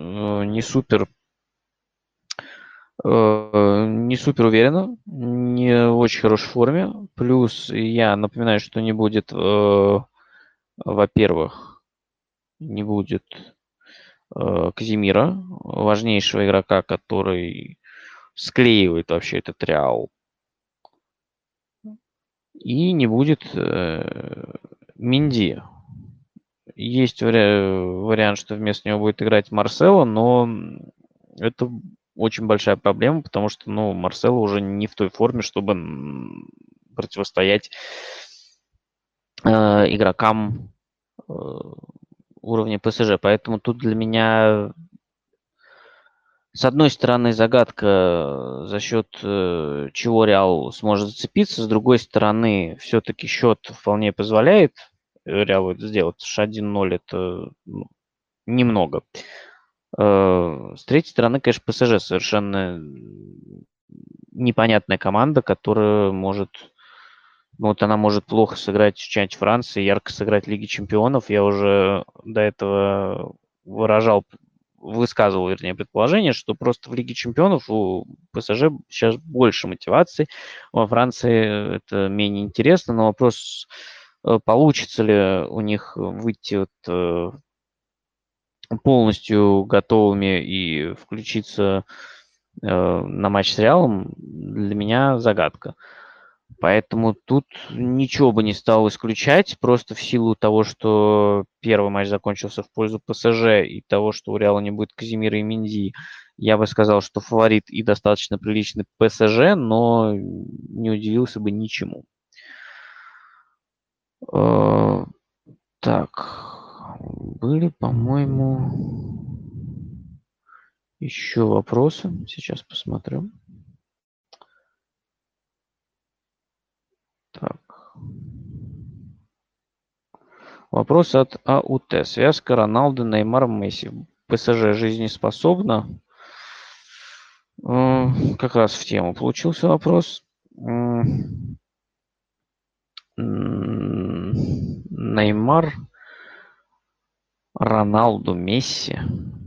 не супер уверенно, не в очень хорошей форме. Плюс я напоминаю, что не будет, во-первых, не будет Казимира, важнейшего игрока, который склеивает вообще этот Реал. И не будет Менди. Есть вариант, что вместо него будет играть Марсело, но это очень большая проблема, потому что, ну, Марсело уже не в той форме, чтобы противостоять игрокам уровня ПСЖ. Поэтому тут для меня, с одной стороны, загадка, за счет чего Реал сможет зацепиться, с другой стороны, все-таки счет вполне позволяет Реалу это сделать. 1-0 это немного. С третьей стороны, конечно, ПСЖ совершенно непонятная команда, которая может... Ну, вот она может плохо сыграть в чемпионате Франции, ярко сыграть в Лиге чемпионов. Я уже до этого высказывал, вернее, предположение, что просто в Лиге чемпионов у ПСЖ сейчас больше мотивации. Во Франции это менее интересно, но вопрос, получится ли у них выйти вот полностью готовыми и включиться на матч с Реалом, для меня загадка. Поэтому тут ничего бы не стал исключать, просто в силу того, что первый матч закончился в пользу ПСЖ и того, что у Реала не будет Казимира и Менди, я бы сказал, что фаворит и достаточно приличный ПСЖ, но не удивился бы ничему. Так, были, по-моему, еще вопросы. Сейчас посмотрю. Так. Вопрос от АУТ. Связка Роналду, Неймар, Месси. ПСЖ жизнеспособна? Как раз в тему получился вопрос. Неймар, Роналду, Месси.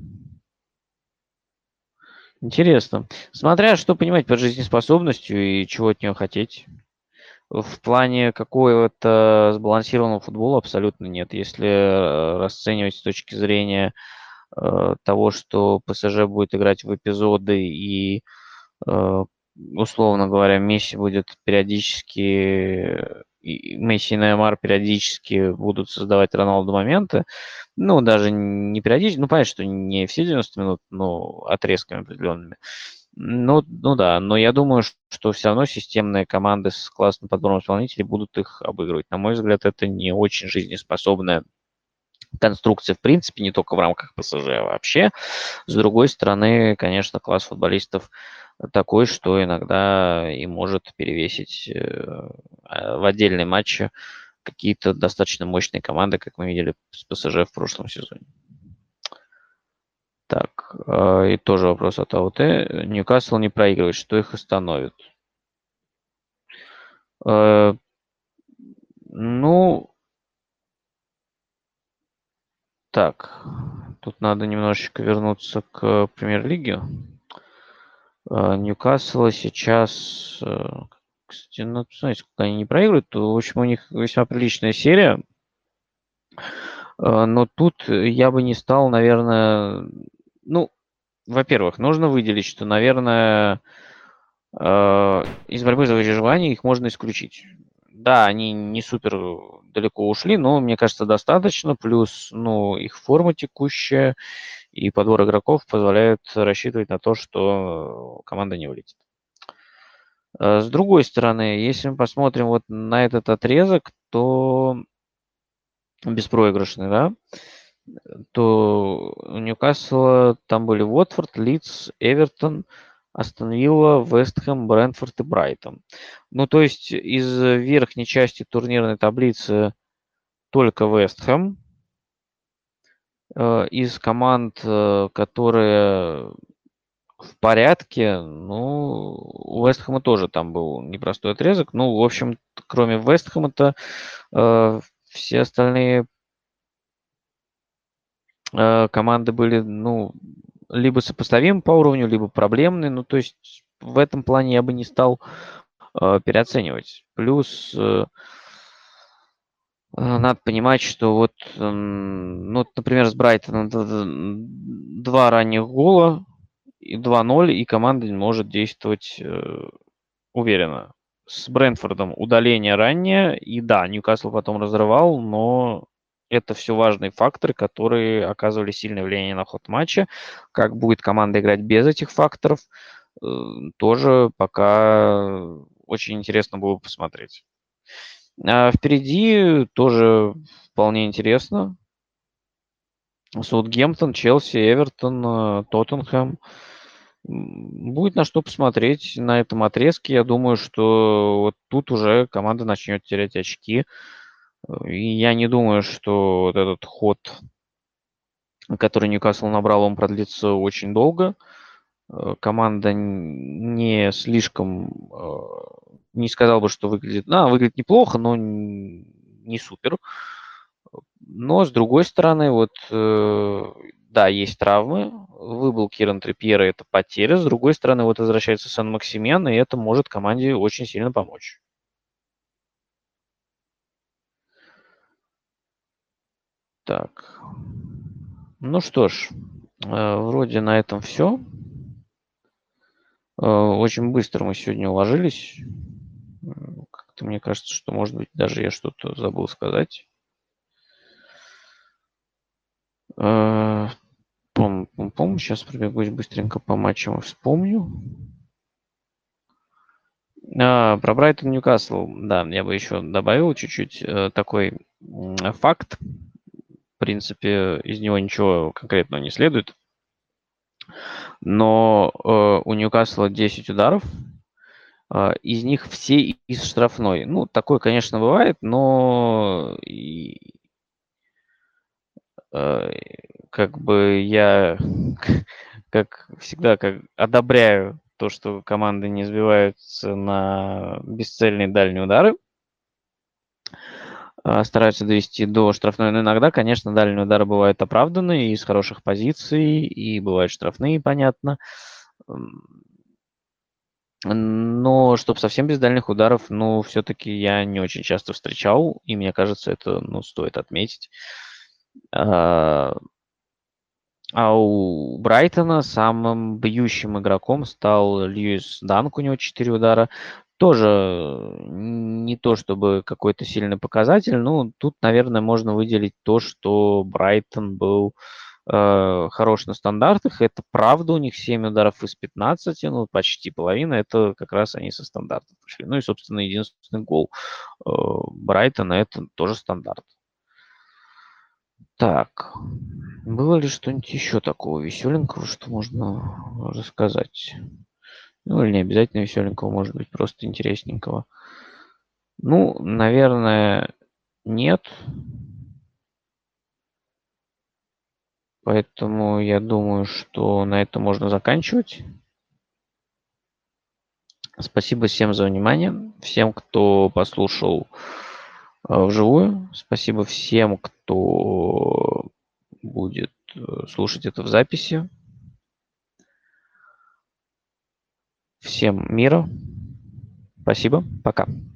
Интересно. Смотря что понимать под жизнеспособностью и чего от нее хотеть. В плане какого-то сбалансированного футбола абсолютно нет. Если расценивать с точки зрения того, что ПСЖ будет играть в эпизоды и, условно говоря, Месси будет периодически, и Месси и Неймар периодически будут создавать Роналду моменты, ну, даже не периодически, ну, понятно, что не все 90 минут, но отрезками определенными. Ну да, но я думаю, что все равно системные команды с классным подбором исполнителей будут их обыгрывать. На мой взгляд, это не очень жизнеспособная конструкция, в принципе, не только в рамках ПСЖ, а вообще. С другой стороны, конечно, класс футболистов такой, что иногда и может перевесить в отдельные матчи какие-то достаточно мощные команды, как мы видели с ПСЖ в прошлом сезоне. Так, и тоже вопрос от АУТ. Ньюкасл не проигрывает, что их остановит? Ну, так, тут надо немножечко вернуться к премьер-лиге. Ньюкасл сейчас, кстати, ну, знаете, сколько они не проигрывают, то, в общем, у них весьма приличная серия. Но тут я бы не стал, наверное... Ну, во-первых, нужно выделить, что, наверное, из борьбы за выживание их можно исключить. Да, они не супер далеко ушли, но, мне кажется, достаточно. Плюс, ну, их форма текущая и подбор игроков позволяют рассчитывать на то, что команда не вылетит. С другой стороны, если мы посмотрим вот на этот отрезок, то беспроигрышный, да, то у Ньюкасла там были Уотфорд, Лидс, Эвертон, Астон Вилла, Вест Хэм, Брентфорд и Брайтон. Ну, то есть из верхней части турнирной таблицы только Вест Хэм. Из команд, которые в порядке, ну, у Вест Хэма тоже там был непростой отрезок. Ну, в общем, кроме Вест Хэма-то, все остальные команды были, ну, либо сопоставимы по уровню, либо проблемные. Ну, то есть в этом плане я бы не стал переоценивать. Плюс надо понимать, что вот, ну, например, с Брайтоном 2 ранних гола и 2-0, и команда не может действовать уверенно. С Брентфордом удаление раннее, и да, Ньюкасл потом разрывал, но это все важные факторы, которые оказывали сильное влияние на ход матча. Как будет команда играть без этих факторов, тоже пока очень интересно было посмотреть. А впереди тоже вполне интересно. Саутгемптон, Челси, Эвертон, Тоттенхэм. Будет на что посмотреть на этом отрезке. Я думаю, что вот тут уже команда начнет терять очки. И я не думаю, что вот этот ход, который Ньюкасл набрал, он продлится очень долго. Команда не слишком, не сказал бы, что выглядит, выглядит неплохо, но не супер. Но, с другой стороны, вот, да, есть травмы. Выбыл Киран Трипьер, и это потеря. С другой стороны, вот возвращается Сан-Максимен, и это может команде очень сильно помочь. Так. Ну что ж, вроде на этом все. Очень быстро мы сегодня уложились. Как-то мне кажется, что, может быть, даже я что-то забыл сказать. Пом-пом-пом. Сейчас пробегусь быстренько по матчам и вспомню. Про Брайтон Ньюкасл, да, я бы еще добавил чуть-чуть такой факт. В принципе, из него ничего конкретного не следует. Но у Ньюкасла 10 ударов, из них все из штрафной. Ну, такое, конечно, бывает, но э, как бы я, как всегда, как одобряю то, что команды не сбиваются на бесцельные дальние удары. Стараются довести до штрафной. Но иногда, конечно, дальние удары бывают оправданы и из хороших позиций, и бывают штрафные, понятно. Но чтобы совсем без дальних ударов, ну, все-таки я не очень часто встречал, и мне кажется, это, ну, стоит отметить. А у Брайтона самым бьющим игроком стал Льюис Данк, у него 4 удара. Тоже не то чтобы какой-то сильный показатель, ну, тут, наверное, можно выделить то, что Брайтон был хорош на стандартах. Это правда, у них 7 ударов из 15, ну, почти половина, это как раз они со стандартов пришли. Ну и, собственно, единственный гол Брайтона – это тоже стандарт. Так, было ли что-нибудь еще такого веселенького, что можно рассказать? Ну, или не обязательно веселенького, может быть, просто интересненького. Ну, наверное, нет. Поэтому я думаю, что на этом можно заканчивать. Спасибо всем за внимание, всем, кто послушал вживую. Спасибо всем, кто будет слушать это в записи. Всем мира. Спасибо. Пока.